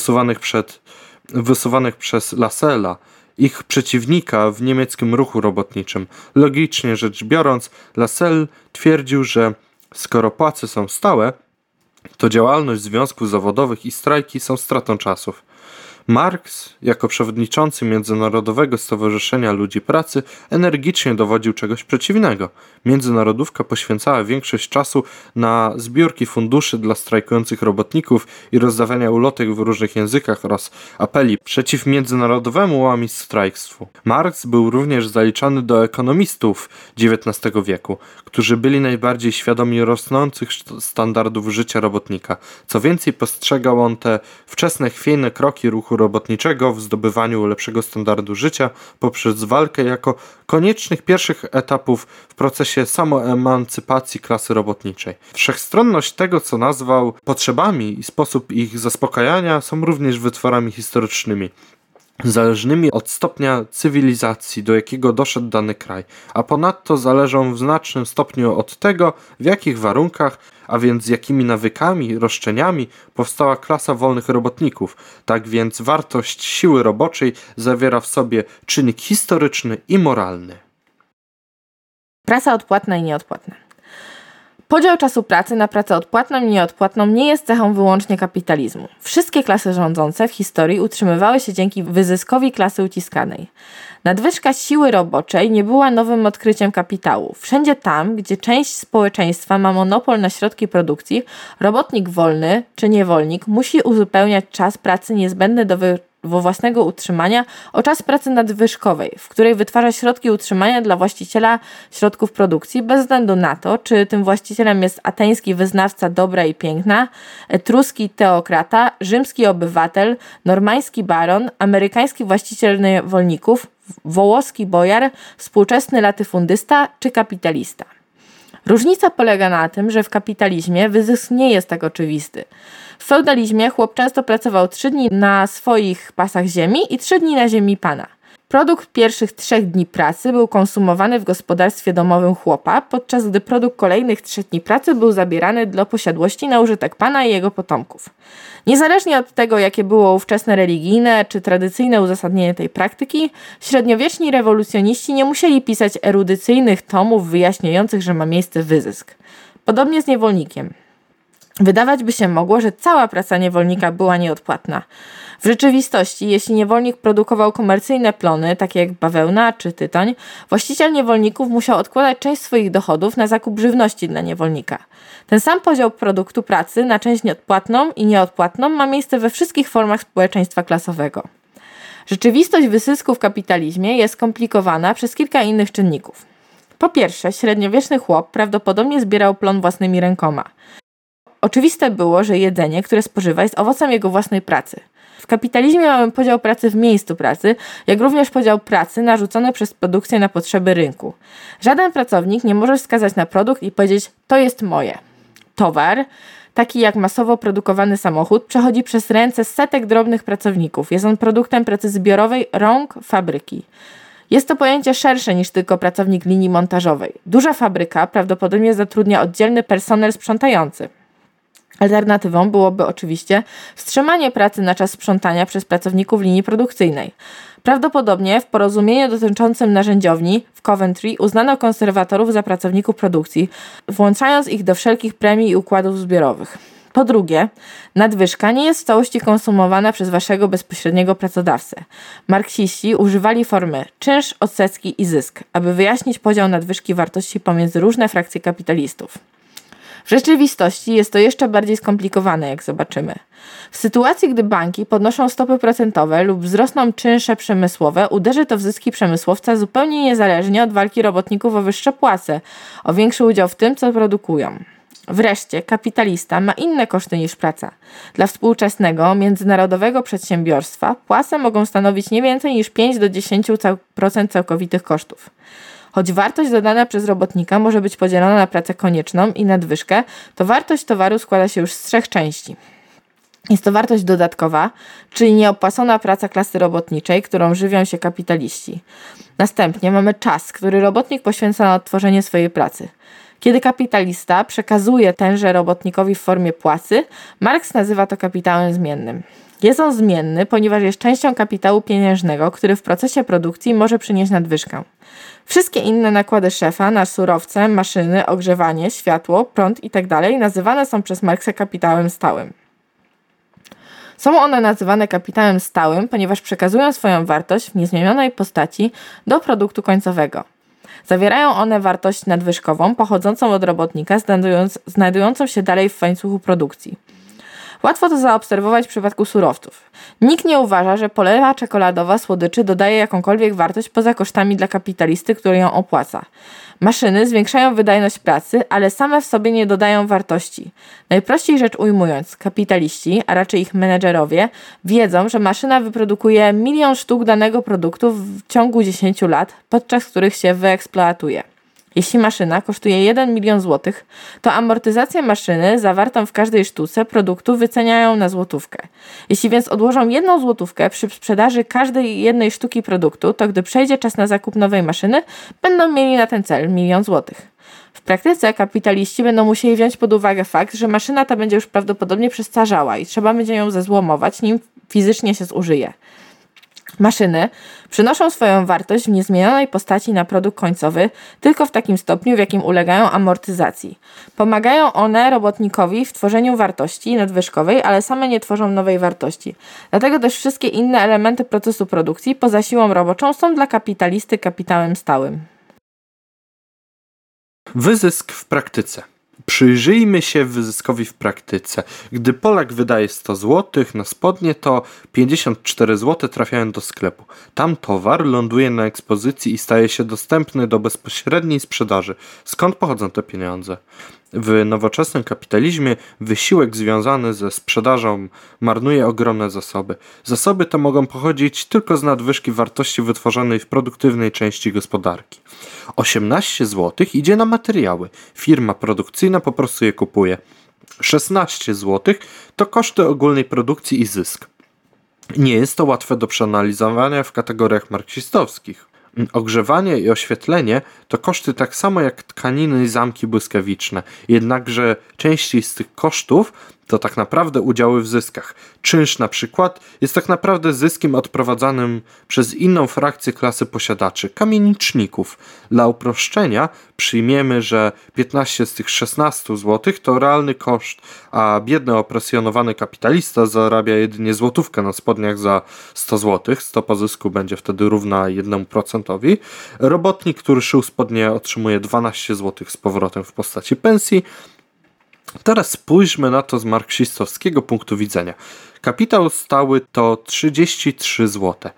[SPEAKER 2] wysuwanych przez Lassalle, ich przeciwnika w niemieckim ruchu robotniczym. Logicznie rzecz biorąc, Lassalle twierdził, że skoro płace są stałe, to działalność związków zawodowych i strajki są stratą czasów. Marks, jako przewodniczący Międzynarodowego Stowarzyszenia Ludzi Pracy, energicznie dowodził czegoś przeciwnego. Międzynarodówka poświęcała większość czasu na zbiórki funduszy dla strajkujących robotników i rozdawania ulotek w różnych językach oraz apeli przeciw międzynarodowemu łamistwstwu. Marks był również zaliczany do ekonomistów XIX wieku, którzy byli najbardziej świadomi rosnących standardów życia robotnika. Co więcej, postrzegał on te wczesne, chwiejne kroki ruchu robotniczego w zdobywaniu lepszego standardu życia poprzez walkę jako koniecznych pierwszych etapów w procesie samoemancypacji klasy robotniczej. Wszechstronność tego, co nazwał potrzebami i sposób ich zaspokajania są również wytworami historycznymi. zależnymi od stopnia cywilizacji, do jakiego doszedł dany kraj, a ponadto zależą w znacznym stopniu od tego, w jakich warunkach, a więc jakimi nawykami, roszczeniami powstała klasa wolnych robotników. Tak więc wartość siły roboczej zawiera w sobie czynnik historyczny i moralny.
[SPEAKER 1] Praca odpłatna i nieodpłatna. Podział czasu pracy na pracę odpłatną i nieodpłatną nie jest cechą wyłącznie kapitalizmu. Wszystkie klasy rządzące w historii utrzymywały się dzięki wyzyskowi klasy uciskanej. Nadwyżka siły roboczej nie była nowym odkryciem kapitału. Wszędzie tam, gdzie część społeczeństwa ma monopol na środki produkcji, robotnik wolny czy niewolnik musi uzupełniać czas pracy niezbędny do własnego utrzymania o czas pracy nadwyżkowej, w której wytwarza środki utrzymania dla właściciela środków produkcji, bez względu na to, czy tym właścicielem jest ateński wyznawca dobra i piękna, etruski teokrata, rzymski obywatel, normański baron, amerykański właściciel niewolników, wołoski bojar, współczesny latyfundysta czy kapitalista. Różnica polega na tym, że w kapitalizmie wyzysk nie jest tak oczywisty. W feudalizmie chłop często pracował 3 dni na swoich pasach ziemi i 3 dni na ziemi pana. Produkt pierwszych 3 dni pracy był konsumowany w gospodarstwie domowym chłopa, podczas gdy produkt kolejnych 3 dni pracy był zabierany do posiadłości na użytek pana i jego potomków. Niezależnie od tego, jakie było ówczesne religijne czy tradycyjne uzasadnienie tej praktyki, średniowieczni rewolucjoniści nie musieli pisać erudycyjnych tomów wyjaśniających, że ma miejsce wyzysk. Podobnie z niewolnikiem. Wydawać by się mogło, że cała praca niewolnika była nieodpłatna. W rzeczywistości, jeśli niewolnik produkował komercyjne plony, takie jak bawełna czy tytoń, właściciel niewolników musiał odkładać część swoich dochodów na zakup żywności dla niewolnika. Ten sam podział produktu pracy na część nieodpłatną i nieodpłatną ma miejsce we wszystkich formach społeczeństwa klasowego. Rzeczywistość wysysku w kapitalizmie jest skomplikowana przez kilka innych czynników. Po pierwsze, średniowieczny chłop prawdopodobnie zbierał plon własnymi rękoma. Oczywiste było, że jedzenie, które spożywa, jest owocem jego własnej pracy. W kapitalizmie mamy podział pracy w miejscu pracy, jak również podział pracy narzucony przez produkcję na potrzeby rynku. Żaden pracownik nie może wskazać na produkt i powiedzieć: to jest moje. Towar, taki jak masowo produkowany samochód, przechodzi przez ręce setek drobnych pracowników. Jest on produktem pracy zbiorowej rąk fabryki. Jest to pojęcie szersze niż tylko pracownik linii montażowej. Duża fabryka prawdopodobnie zatrudnia oddzielny personel sprzątający. Alternatywą byłoby oczywiście wstrzymanie pracy na czas sprzątania przez pracowników linii produkcyjnej. Prawdopodobnie w porozumieniu dotyczącym narzędziowni w Coventry uznano konserwatorów za pracowników produkcji, włączając ich do wszelkich premii i układów zbiorowych. Po drugie, nadwyżka nie jest w całości konsumowana przez waszego bezpośredniego pracodawcę. Marksiści używali formy czynsz, odsetki i zysk, aby wyjaśnić podział nadwyżki wartości pomiędzy różne frakcje kapitalistów. W rzeczywistości jest to jeszcze bardziej skomplikowane, jak zobaczymy. W sytuacji, gdy banki podnoszą stopy procentowe lub wzrosną czynsze przemysłowe, uderzy to w zyski przemysłowca zupełnie niezależnie od walki robotników o wyższe płace, o większy udział w tym, co produkują. Wreszcie, kapitalista ma inne koszty niż praca. Dla współczesnego, międzynarodowego przedsiębiorstwa płace mogą stanowić nie więcej niż 5 do 10% całkowitych kosztów. Choć wartość dodana przez robotnika może być podzielona na pracę konieczną i nadwyżkę, to wartość towaru składa się już z 3 części. Jest to wartość dodatkowa, czyli nieopłacona praca klasy robotniczej, którą żywią się kapitaliści. Następnie mamy czas, który robotnik poświęca na odtworzenie swojej pracy. Kiedy kapitalista przekazuje tenże robotnikowi w formie płacy, Marks nazywa to kapitałem zmiennym. Jest on zmienny, ponieważ jest częścią kapitału pieniężnego, który w procesie produkcji może przynieść nadwyżkę. Wszystkie inne nakłady szefa na surowce, maszyny, ogrzewanie, światło, prąd itd. nazywane są przez Marksa kapitałem stałym. Są one nazywane kapitałem stałym, ponieważ przekazują swoją wartość w niezmienionej postaci do produktu końcowego. Zawierają one wartość nadwyżkową pochodzącą od robotnika, znajdującą się dalej w łańcuchu produkcji. Łatwo to zaobserwować w przypadku surowców. Nikt nie uważa, że polewa czekoladowa słodyczy dodaje jakąkolwiek wartość poza kosztami dla kapitalisty, który ją opłaca. Maszyny zwiększają wydajność pracy, ale same w sobie nie dodają wartości. Najprościej rzecz ujmując, kapitaliści, a raczej ich menedżerowie, wiedzą, że maszyna wyprodukuje 1 000 000 sztuk danego produktu w ciągu 10 lat, podczas których się wyeksploatuje. Jeśli maszyna kosztuje 1 milion złotych, to amortyzację maszyny zawartą w każdej sztuce produktu wyceniają na złotówkę. Jeśli więc odłożą 1 złotówkę przy sprzedaży każdej jednej sztuki produktu, to gdy przejdzie czas na zakup nowej maszyny, będą mieli na ten cel 1 milion złotych. W praktyce kapitaliści będą musieli wziąć pod uwagę fakt, że maszyna ta będzie już prawdopodobnie przestarzała i trzeba będzie ją zezłomować, nim fizycznie się zużyje. Maszyny przynoszą swoją wartość w niezmienionej postaci na produkt końcowy tylko w takim stopniu, w jakim ulegają amortyzacji. Pomagają one robotnikowi w tworzeniu wartości nadwyżkowej, ale same nie tworzą nowej wartości. Dlatego też wszystkie inne elementy procesu produkcji poza siłą roboczą są dla kapitalisty kapitałem stałym.
[SPEAKER 2] Wyzysk w praktyce. Przyjrzyjmy się wyzyskowi w praktyce. Gdy Polak wydaje 100 zł na spodnie, to 54 zł trafiają do sklepu. Tam towar ląduje na ekspozycji i staje się dostępny do bezpośredniej sprzedaży. Skąd pochodzą te pieniądze? W nowoczesnym kapitalizmie wysiłek związany ze sprzedażą marnuje ogromne zasoby. Zasoby te mogą pochodzić tylko z nadwyżki wartości wytworzonej w produktywnej części gospodarki. 18 zł idzie na materiały. Firma produkcyjna po prostu je kupuje. 16 zł to koszty ogólnej produkcji i zysk. Nie jest to łatwe do przeanalizowania w kategoriach marksistowskich. Ogrzewanie i oświetlenie to koszty tak samo jak tkaniny i zamki błyskawiczne, jednakże części z tych kosztów to tak naprawdę udziały w zyskach. Czynsz na przykład jest tak naprawdę zyskiem odprowadzanym przez inną frakcję klasy posiadaczy, kamieniczników. Dla uproszczenia przyjmiemy, że 15 z tych 16 zł to realny koszt, a biedny opresjonowany kapitalista zarabia jedynie złotówkę na spodniach za 100 zł, stopa zysku będzie wtedy równa 1%. Robotnik, który szył spodnie, otrzymuje 12 zł z powrotem w postaci pensji. Teraz spójrzmy na to z marksistowskiego punktu widzenia. Kapitał stały to 33 zł,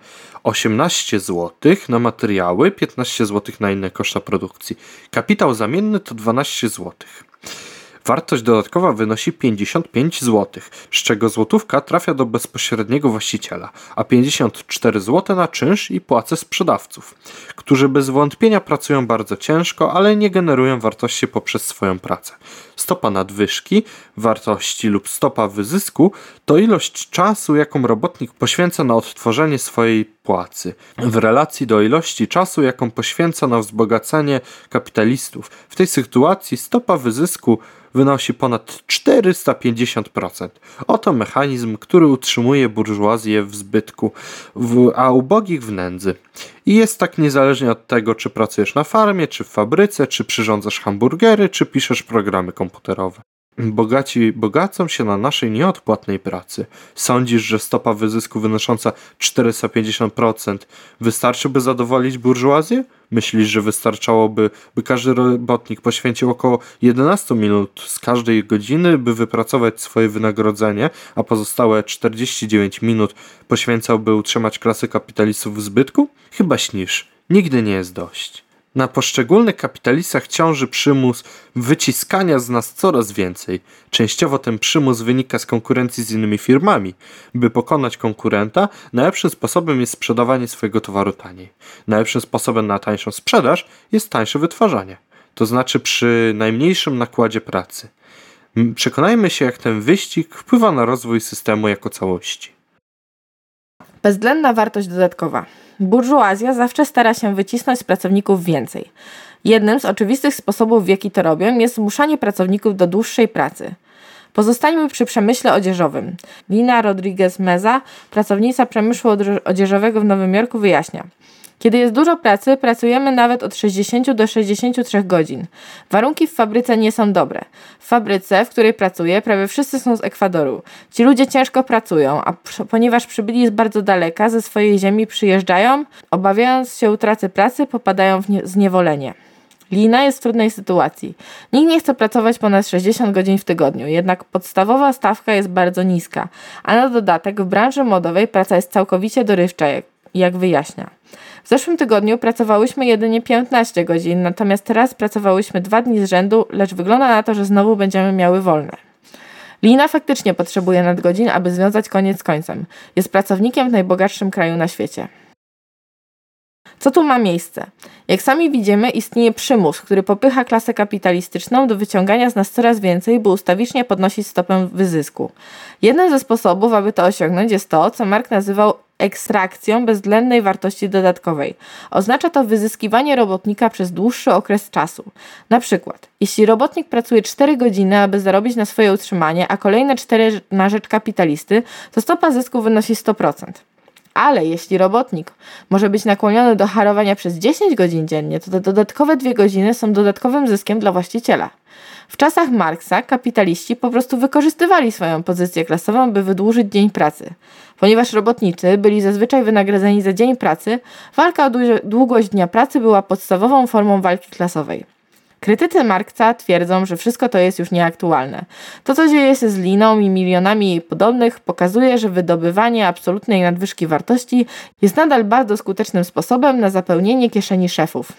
[SPEAKER 2] 18 zł na materiały, 15 zł na inne koszta produkcji. Kapitał zamienny to 12 zł. Wartość dodatkowa wynosi 55 zł, z czego złotówka trafia do bezpośredniego właściciela, a 54 zł na czynsz i płace sprzedawców, którzy bez wątpienia pracują bardzo ciężko, ale nie generują wartości poprzez swoją pracę. Stopa nadwyżki wartości lub stopa wyzysku to ilość czasu, jaką robotnik poświęca na odtworzenie swojej płacy, w relacji do ilości czasu, jaką poświęca na wzbogacenie kapitalistów. W tej sytuacji stopa wyzysku wynosi ponad 450%. Oto mechanizm, który utrzymuje burżuazję w zbytku, a ubogich w nędzy. I jest tak niezależnie od tego, czy pracujesz na farmie, czy w fabryce, czy przyrządzasz hamburgery, czy piszesz programy komputerowe. Bogaci bogacą się na naszej nieodpłatnej pracy. Sądzisz, że stopa wyzysku wynosząca 450% wystarczy, by zadowolić burżuazję? Myślisz, że wystarczałoby, by każdy robotnik poświęcił około 11 minut z każdej godziny, by wypracować swoje wynagrodzenie, a pozostałe 49 minut poświęcał, by utrzymać klasę kapitalistów w zbytku? Chyba śnisz. Nigdy nie jest dość. Na poszczególnych kapitalistach ciąży przymus wyciskania z nas coraz więcej. Częściowo ten przymus wynika z konkurencji z innymi firmami. By pokonać konkurenta, najlepszym sposobem jest sprzedawanie swojego towaru taniej. Najlepszym sposobem na tańszą sprzedaż jest tańsze wytwarzanie. To znaczy przy najmniejszym nakładzie pracy. Przekonajmy się, jak ten wyścig wpływa na rozwój systemu jako całości.
[SPEAKER 1] Bezwzględna wartość dodatkowa. Burżuazja zawsze stara się wycisnąć z pracowników więcej. Jednym z oczywistych sposobów, w jaki to robią, jest zmuszanie pracowników do dłuższej pracy. Pozostańmy przy przemyśle odzieżowym. Lina Rodriguez Meza, pracownica przemysłu odzieżowego w Nowym Jorku, wyjaśnia: kiedy jest dużo pracy, pracujemy nawet od 60 do 63 godzin. Warunki w fabryce nie są dobre. W fabryce, w której pracuję, prawie wszyscy są z Ekwadoru. Ci ludzie ciężko pracują, a ponieważ przybyli z bardzo daleka, ze swojej ziemi przyjeżdżają, obawiając się utraty pracy, popadają w zniewolenie. Lina jest w trudnej sytuacji. Nikt nie chce pracować ponad 60 godzin w tygodniu, jednak podstawowa stawka jest bardzo niska, a na dodatek w branży modowej praca jest całkowicie dorywcza, jak wyjaśnia. W zeszłym tygodniu pracowałyśmy jedynie 15 godzin, natomiast teraz pracowałyśmy 2 dni z rzędu, lecz wygląda na to, że znowu będziemy miały wolne. Lina faktycznie potrzebuje nadgodzin, aby związać koniec z końcem. Jest pracownikiem w najbogatszym kraju na świecie. Co tu ma miejsce? Jak sami widzimy, istnieje przymus, który popycha klasę kapitalistyczną do wyciągania z nas coraz więcej, by ustawicznie podnosić stopę wyzysku. Jednym ze sposobów, aby to osiągnąć, jest to, co Marx nazywał ekstrakcją bezwzględnej wartości dodatkowej. Oznacza to wyzyskiwanie robotnika przez dłuższy okres czasu. Na przykład, jeśli robotnik pracuje 4 godziny, aby zarobić na swoje utrzymanie, a kolejne 4 na rzecz kapitalisty, to stopa zysku wynosi 100%. Ale jeśli robotnik może być nakłoniony do harowania przez 10 godzin dziennie, to te dodatkowe 2 godziny są dodatkowym zyskiem dla właściciela. W czasach Marksa kapitaliści po prostu wykorzystywali swoją pozycję klasową, by wydłużyć dzień pracy. Ponieważ robotnicy byli zazwyczaj wynagradzani za dzień pracy, walka o długość dnia pracy była podstawową formą walki klasowej. Krytycy Marksa twierdzą, że wszystko to jest już nieaktualne. To, co dzieje się z liną i milionami jej podobnych, pokazuje, że wydobywanie absolutnej nadwyżki wartości jest nadal bardzo skutecznym sposobem na zapełnienie kieszeni szefów.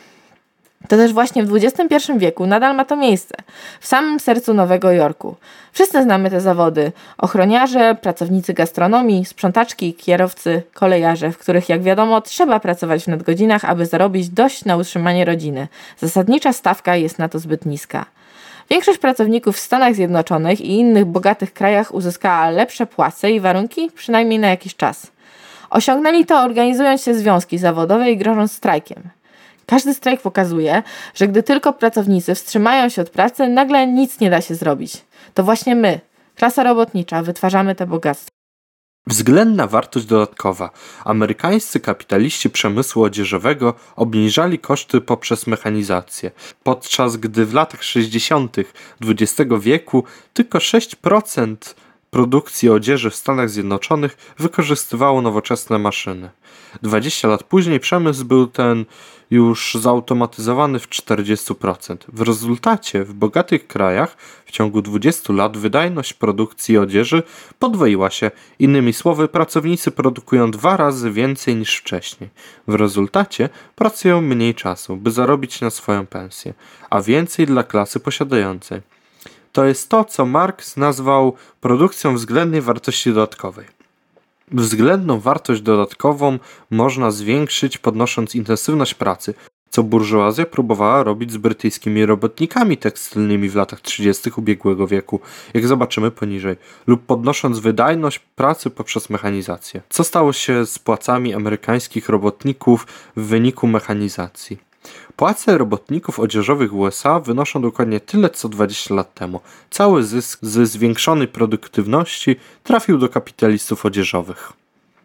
[SPEAKER 1] To też właśnie w XXI wieku nadal ma to miejsce, w samym sercu Nowego Jorku. Wszyscy znamy te zawody: ochroniarze, pracownicy gastronomii, sprzątaczki, kierowcy, kolejarze, w których, jak wiadomo, trzeba pracować w nadgodzinach, aby zarobić dość na utrzymanie rodziny. Zasadnicza stawka jest na to zbyt niska. Większość pracowników w Stanach Zjednoczonych i innych bogatych krajach uzyskała lepsze płace i warunki, przynajmniej na jakiś czas. Osiągnęli to, organizując się związki zawodowe i grożąc strajkiem. Każdy strajk pokazuje, że gdy tylko pracownicy wstrzymają się od pracy, nagle nic nie da się zrobić. To właśnie my, klasa robotnicza, wytwarzamy te bogactwa.
[SPEAKER 2] Względna wartość dodatkowa. Amerykańscy kapitaliści przemysłu odzieżowego obniżali koszty poprzez mechanizację, podczas gdy w latach 60. XX wieku tylko 6% produkcji odzieży w Stanach Zjednoczonych wykorzystywało nowoczesne maszyny. 20 lat później przemysł był ten już zautomatyzowany w 40%. W rezultacie w bogatych krajach w ciągu 20 lat wydajność produkcji odzieży podwoiła się. Innymi słowy, pracownicy produkują 2 razy więcej niż wcześniej. W rezultacie pracują mniej czasu, by zarobić na swoją pensję, a więcej dla klasy posiadającej. To jest to, co Marx nazwał produkcją względnej wartości dodatkowej. Względną wartość dodatkową można zwiększyć, podnosząc intensywność pracy, co burżuazja próbowała robić z brytyjskimi robotnikami tekstylnymi w latach 30. ubiegłego wieku, jak zobaczymy poniżej, lub podnosząc wydajność pracy poprzez mechanizację. Co stało się z płacami amerykańskich robotników w wyniku mechanizacji? Płace robotników odzieżowych w USA wynoszą dokładnie tyle, co 20 lat temu. Cały zysk ze zwiększonej produktywności trafił do kapitalistów odzieżowych.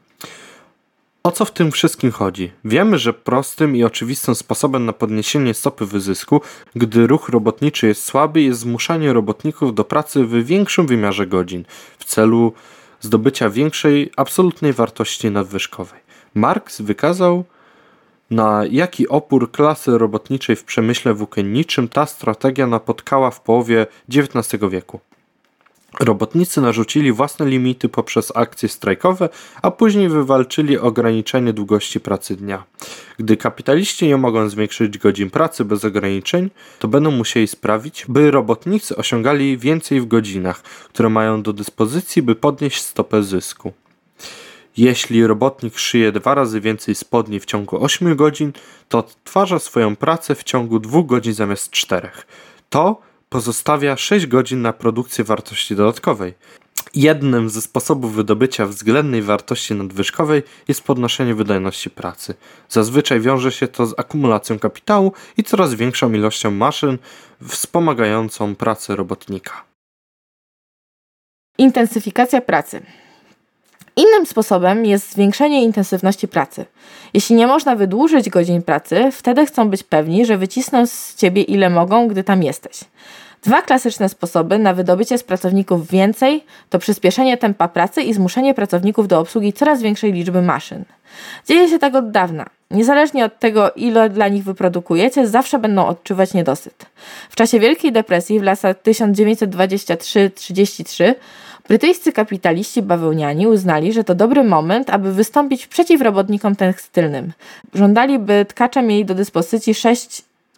[SPEAKER 2] O co w tym wszystkim chodzi? Wiemy, że prostym i oczywistym sposobem na podniesienie stopy wyzysku, gdy ruch robotniczy jest słaby, jest zmuszanie robotników do pracy w większym wymiarze godzin, w celu zdobycia większej absolutnej wartości nadwyżkowej. Marx wykazał, na jaki opór klasy robotniczej w przemyśle włókienniczym ta strategia napotkała w połowie XIX wieku. Robotnicy narzucili własne limity poprzez akcje strajkowe, a później wywalczyli ograniczenie długości pracy dnia. Gdy kapitaliści nie mogą zwiększyć godzin pracy bez ograniczeń, to będą musieli sprawić, by robotnicy osiągali więcej w godzinach, które mają do dyspozycji, by podnieść stopę zysku. Jeśli robotnik szyje 2 razy więcej spodni w ciągu 8 godzin, to odtwarza swoją pracę w ciągu 2 godzin zamiast 4. To pozostawia 6 godzin na produkcję wartości dodatkowej. Jednym ze sposobów wydobycia względnej wartości nadwyżkowej jest podnoszenie wydajności pracy. Zazwyczaj wiąże się to z akumulacją kapitału i coraz większą ilością maszyn wspomagającą pracę robotnika.
[SPEAKER 1] Intensyfikacja pracy. Innym sposobem jest zwiększenie intensywności pracy. Jeśli nie można wydłużyć godzin pracy, wtedy chcą być pewni, że wycisną z ciebie ile mogą, gdy tam jesteś. 2 klasyczne sposoby na wydobycie z pracowników więcej to przyspieszenie tempa pracy i zmuszenie pracowników do obsługi coraz większej liczby maszyn. Dzieje się tak od dawna. Niezależnie od tego, ile dla nich wyprodukujecie, zawsze będą odczuwać niedosyt. W czasie Wielkiej Depresji w latach 1923-33 brytyjscy kapitaliści bawełniani uznali, że to dobry moment, aby wystąpić przeciw robotnikom tekstylnym. Żądali, by tkacze mieli do dyspozycji 6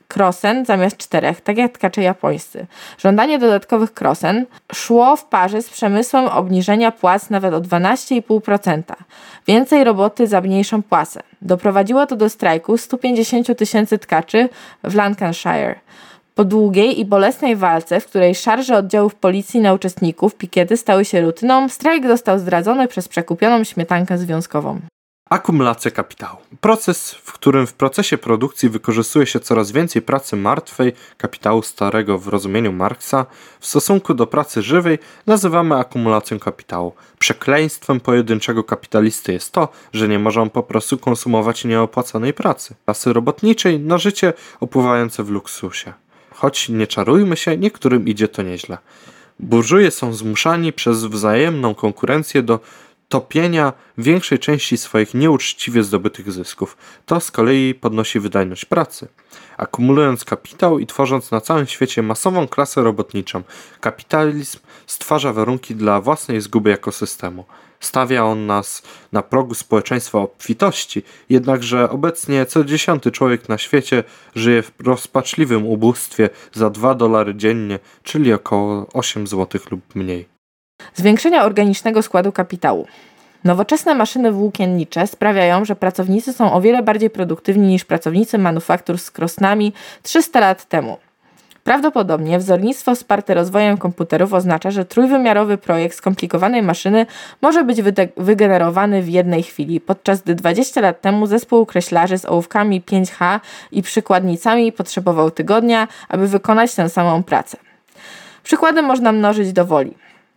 [SPEAKER 1] krosen zamiast 4, tak jak tkacze japońscy. Żądanie dodatkowych krosen szło w parze z przemysłem obniżenia płac nawet o 12,5%. Więcej roboty za mniejszą płacę. Doprowadziło to do strajku 150 000 tkaczy w Lancashire. Po długiej i bolesnej walce, w której szarże oddziałów policji na uczestników pikiety stały się rutyną, strajk został zdradzony przez przekupioną śmietankę związkową.
[SPEAKER 2] Akumulacja kapitału. Proces, w którym w procesie produkcji wykorzystuje się coraz więcej pracy martwej, kapitału starego w rozumieniu Marksa, w stosunku do pracy żywej, nazywamy akumulacją kapitału. Przekleństwem pojedynczego kapitalisty jest to, że nie może on po prostu konsumować nieopłaconej pracy. Klasy robotniczej na życie opływające w luksusie. Choć nie czarujmy się, niektórym idzie to nieźle. Burżuje są zmuszani przez wzajemną konkurencję do topienia większej części swoich nieuczciwie zdobytych zysków. To z kolei podnosi wydajność pracy. Akumulując kapitał i tworząc na całym świecie masową klasę robotniczą, kapitalizm stwarza warunki dla własnej zguby ekosystemu. Stawia on nas na progu społeczeństwa obfitości, jednakże obecnie co 10. człowiek na świecie żyje w rozpaczliwym ubóstwie za $2 dziennie, czyli około 8 zł lub mniej.
[SPEAKER 1] Zwiększenia organicznego składu kapitału. Nowoczesne maszyny włókiennicze sprawiają, że pracownicy są o wiele bardziej produktywni niż pracownicy manufaktur z krosnami 300 lat temu. Prawdopodobnie wzornictwo wsparte rozwojem komputerów oznacza, że trójwymiarowy projekt skomplikowanej maszyny może być wygenerowany w jednej chwili, podczas gdy 20 lat temu zespół kreślarzy z ołówkami 5H i przykładnicami potrzebował tygodnia, aby wykonać tę samą pracę. Przykłady można mnożyć do woli.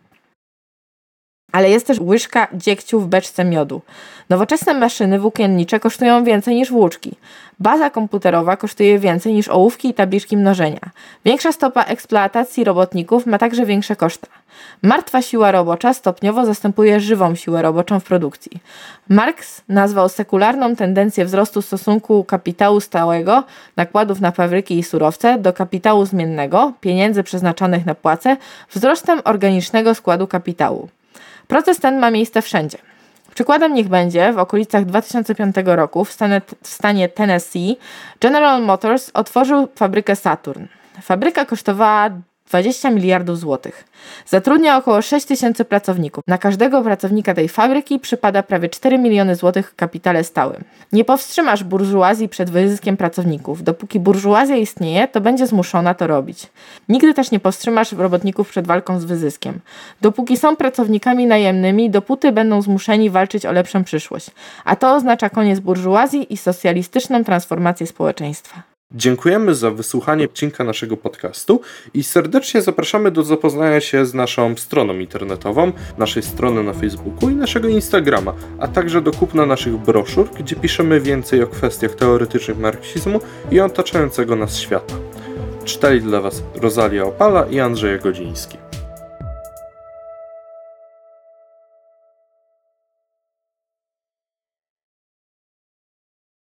[SPEAKER 1] Ale jest też łyżka dziegciu w beczce miodu. Nowoczesne maszyny włókiennicze kosztują więcej niż włóczki. Baza komputerowa kosztuje więcej niż ołówki i tabliczki mnożenia. Większa stopa eksploatacji robotników ma także większe koszta. Martwa siła robocza stopniowo zastępuje żywą siłę roboczą w produkcji. Marx nazwał sekularną tendencję wzrostu stosunku kapitału stałego, nakładów na fabryki i surowce, do kapitału zmiennego, pieniędzy przeznaczonych na płace, wzrostem organicznego składu kapitału. Proces ten ma miejsce wszędzie. Przykładem niech będzie w okolicach 2005 roku w stanie Tennessee General Motors otworzył fabrykę Saturn. Fabryka kosztowała 20 miliardów złotych. Zatrudnia około 6 000 pracowników. Na każdego pracownika tej fabryki przypada prawie 4 miliony złotych w kapitale stałym. Nie powstrzymasz burżuazji przed wyzyskiem pracowników. Dopóki burżuazja istnieje, to będzie zmuszona to robić. Nigdy też nie powstrzymasz robotników przed walką z wyzyskiem. Dopóki są pracownikami najemnymi, dopóty będą zmuszeni walczyć o lepszą przyszłość. A to oznacza koniec burżuazji i socjalistyczną transformację społeczeństwa.
[SPEAKER 2] Dziękujemy za wysłuchanie odcinka naszego podcastu i serdecznie zapraszamy do zapoznania się z naszą stroną internetową, naszej strony na Facebooku i naszego Instagrama, a także do kupna naszych broszur, gdzie piszemy więcej o kwestiach teoretycznych marksizmu i otaczającego nas świata. Czytali dla Was Rosalia Opala i Andrzej Godziński.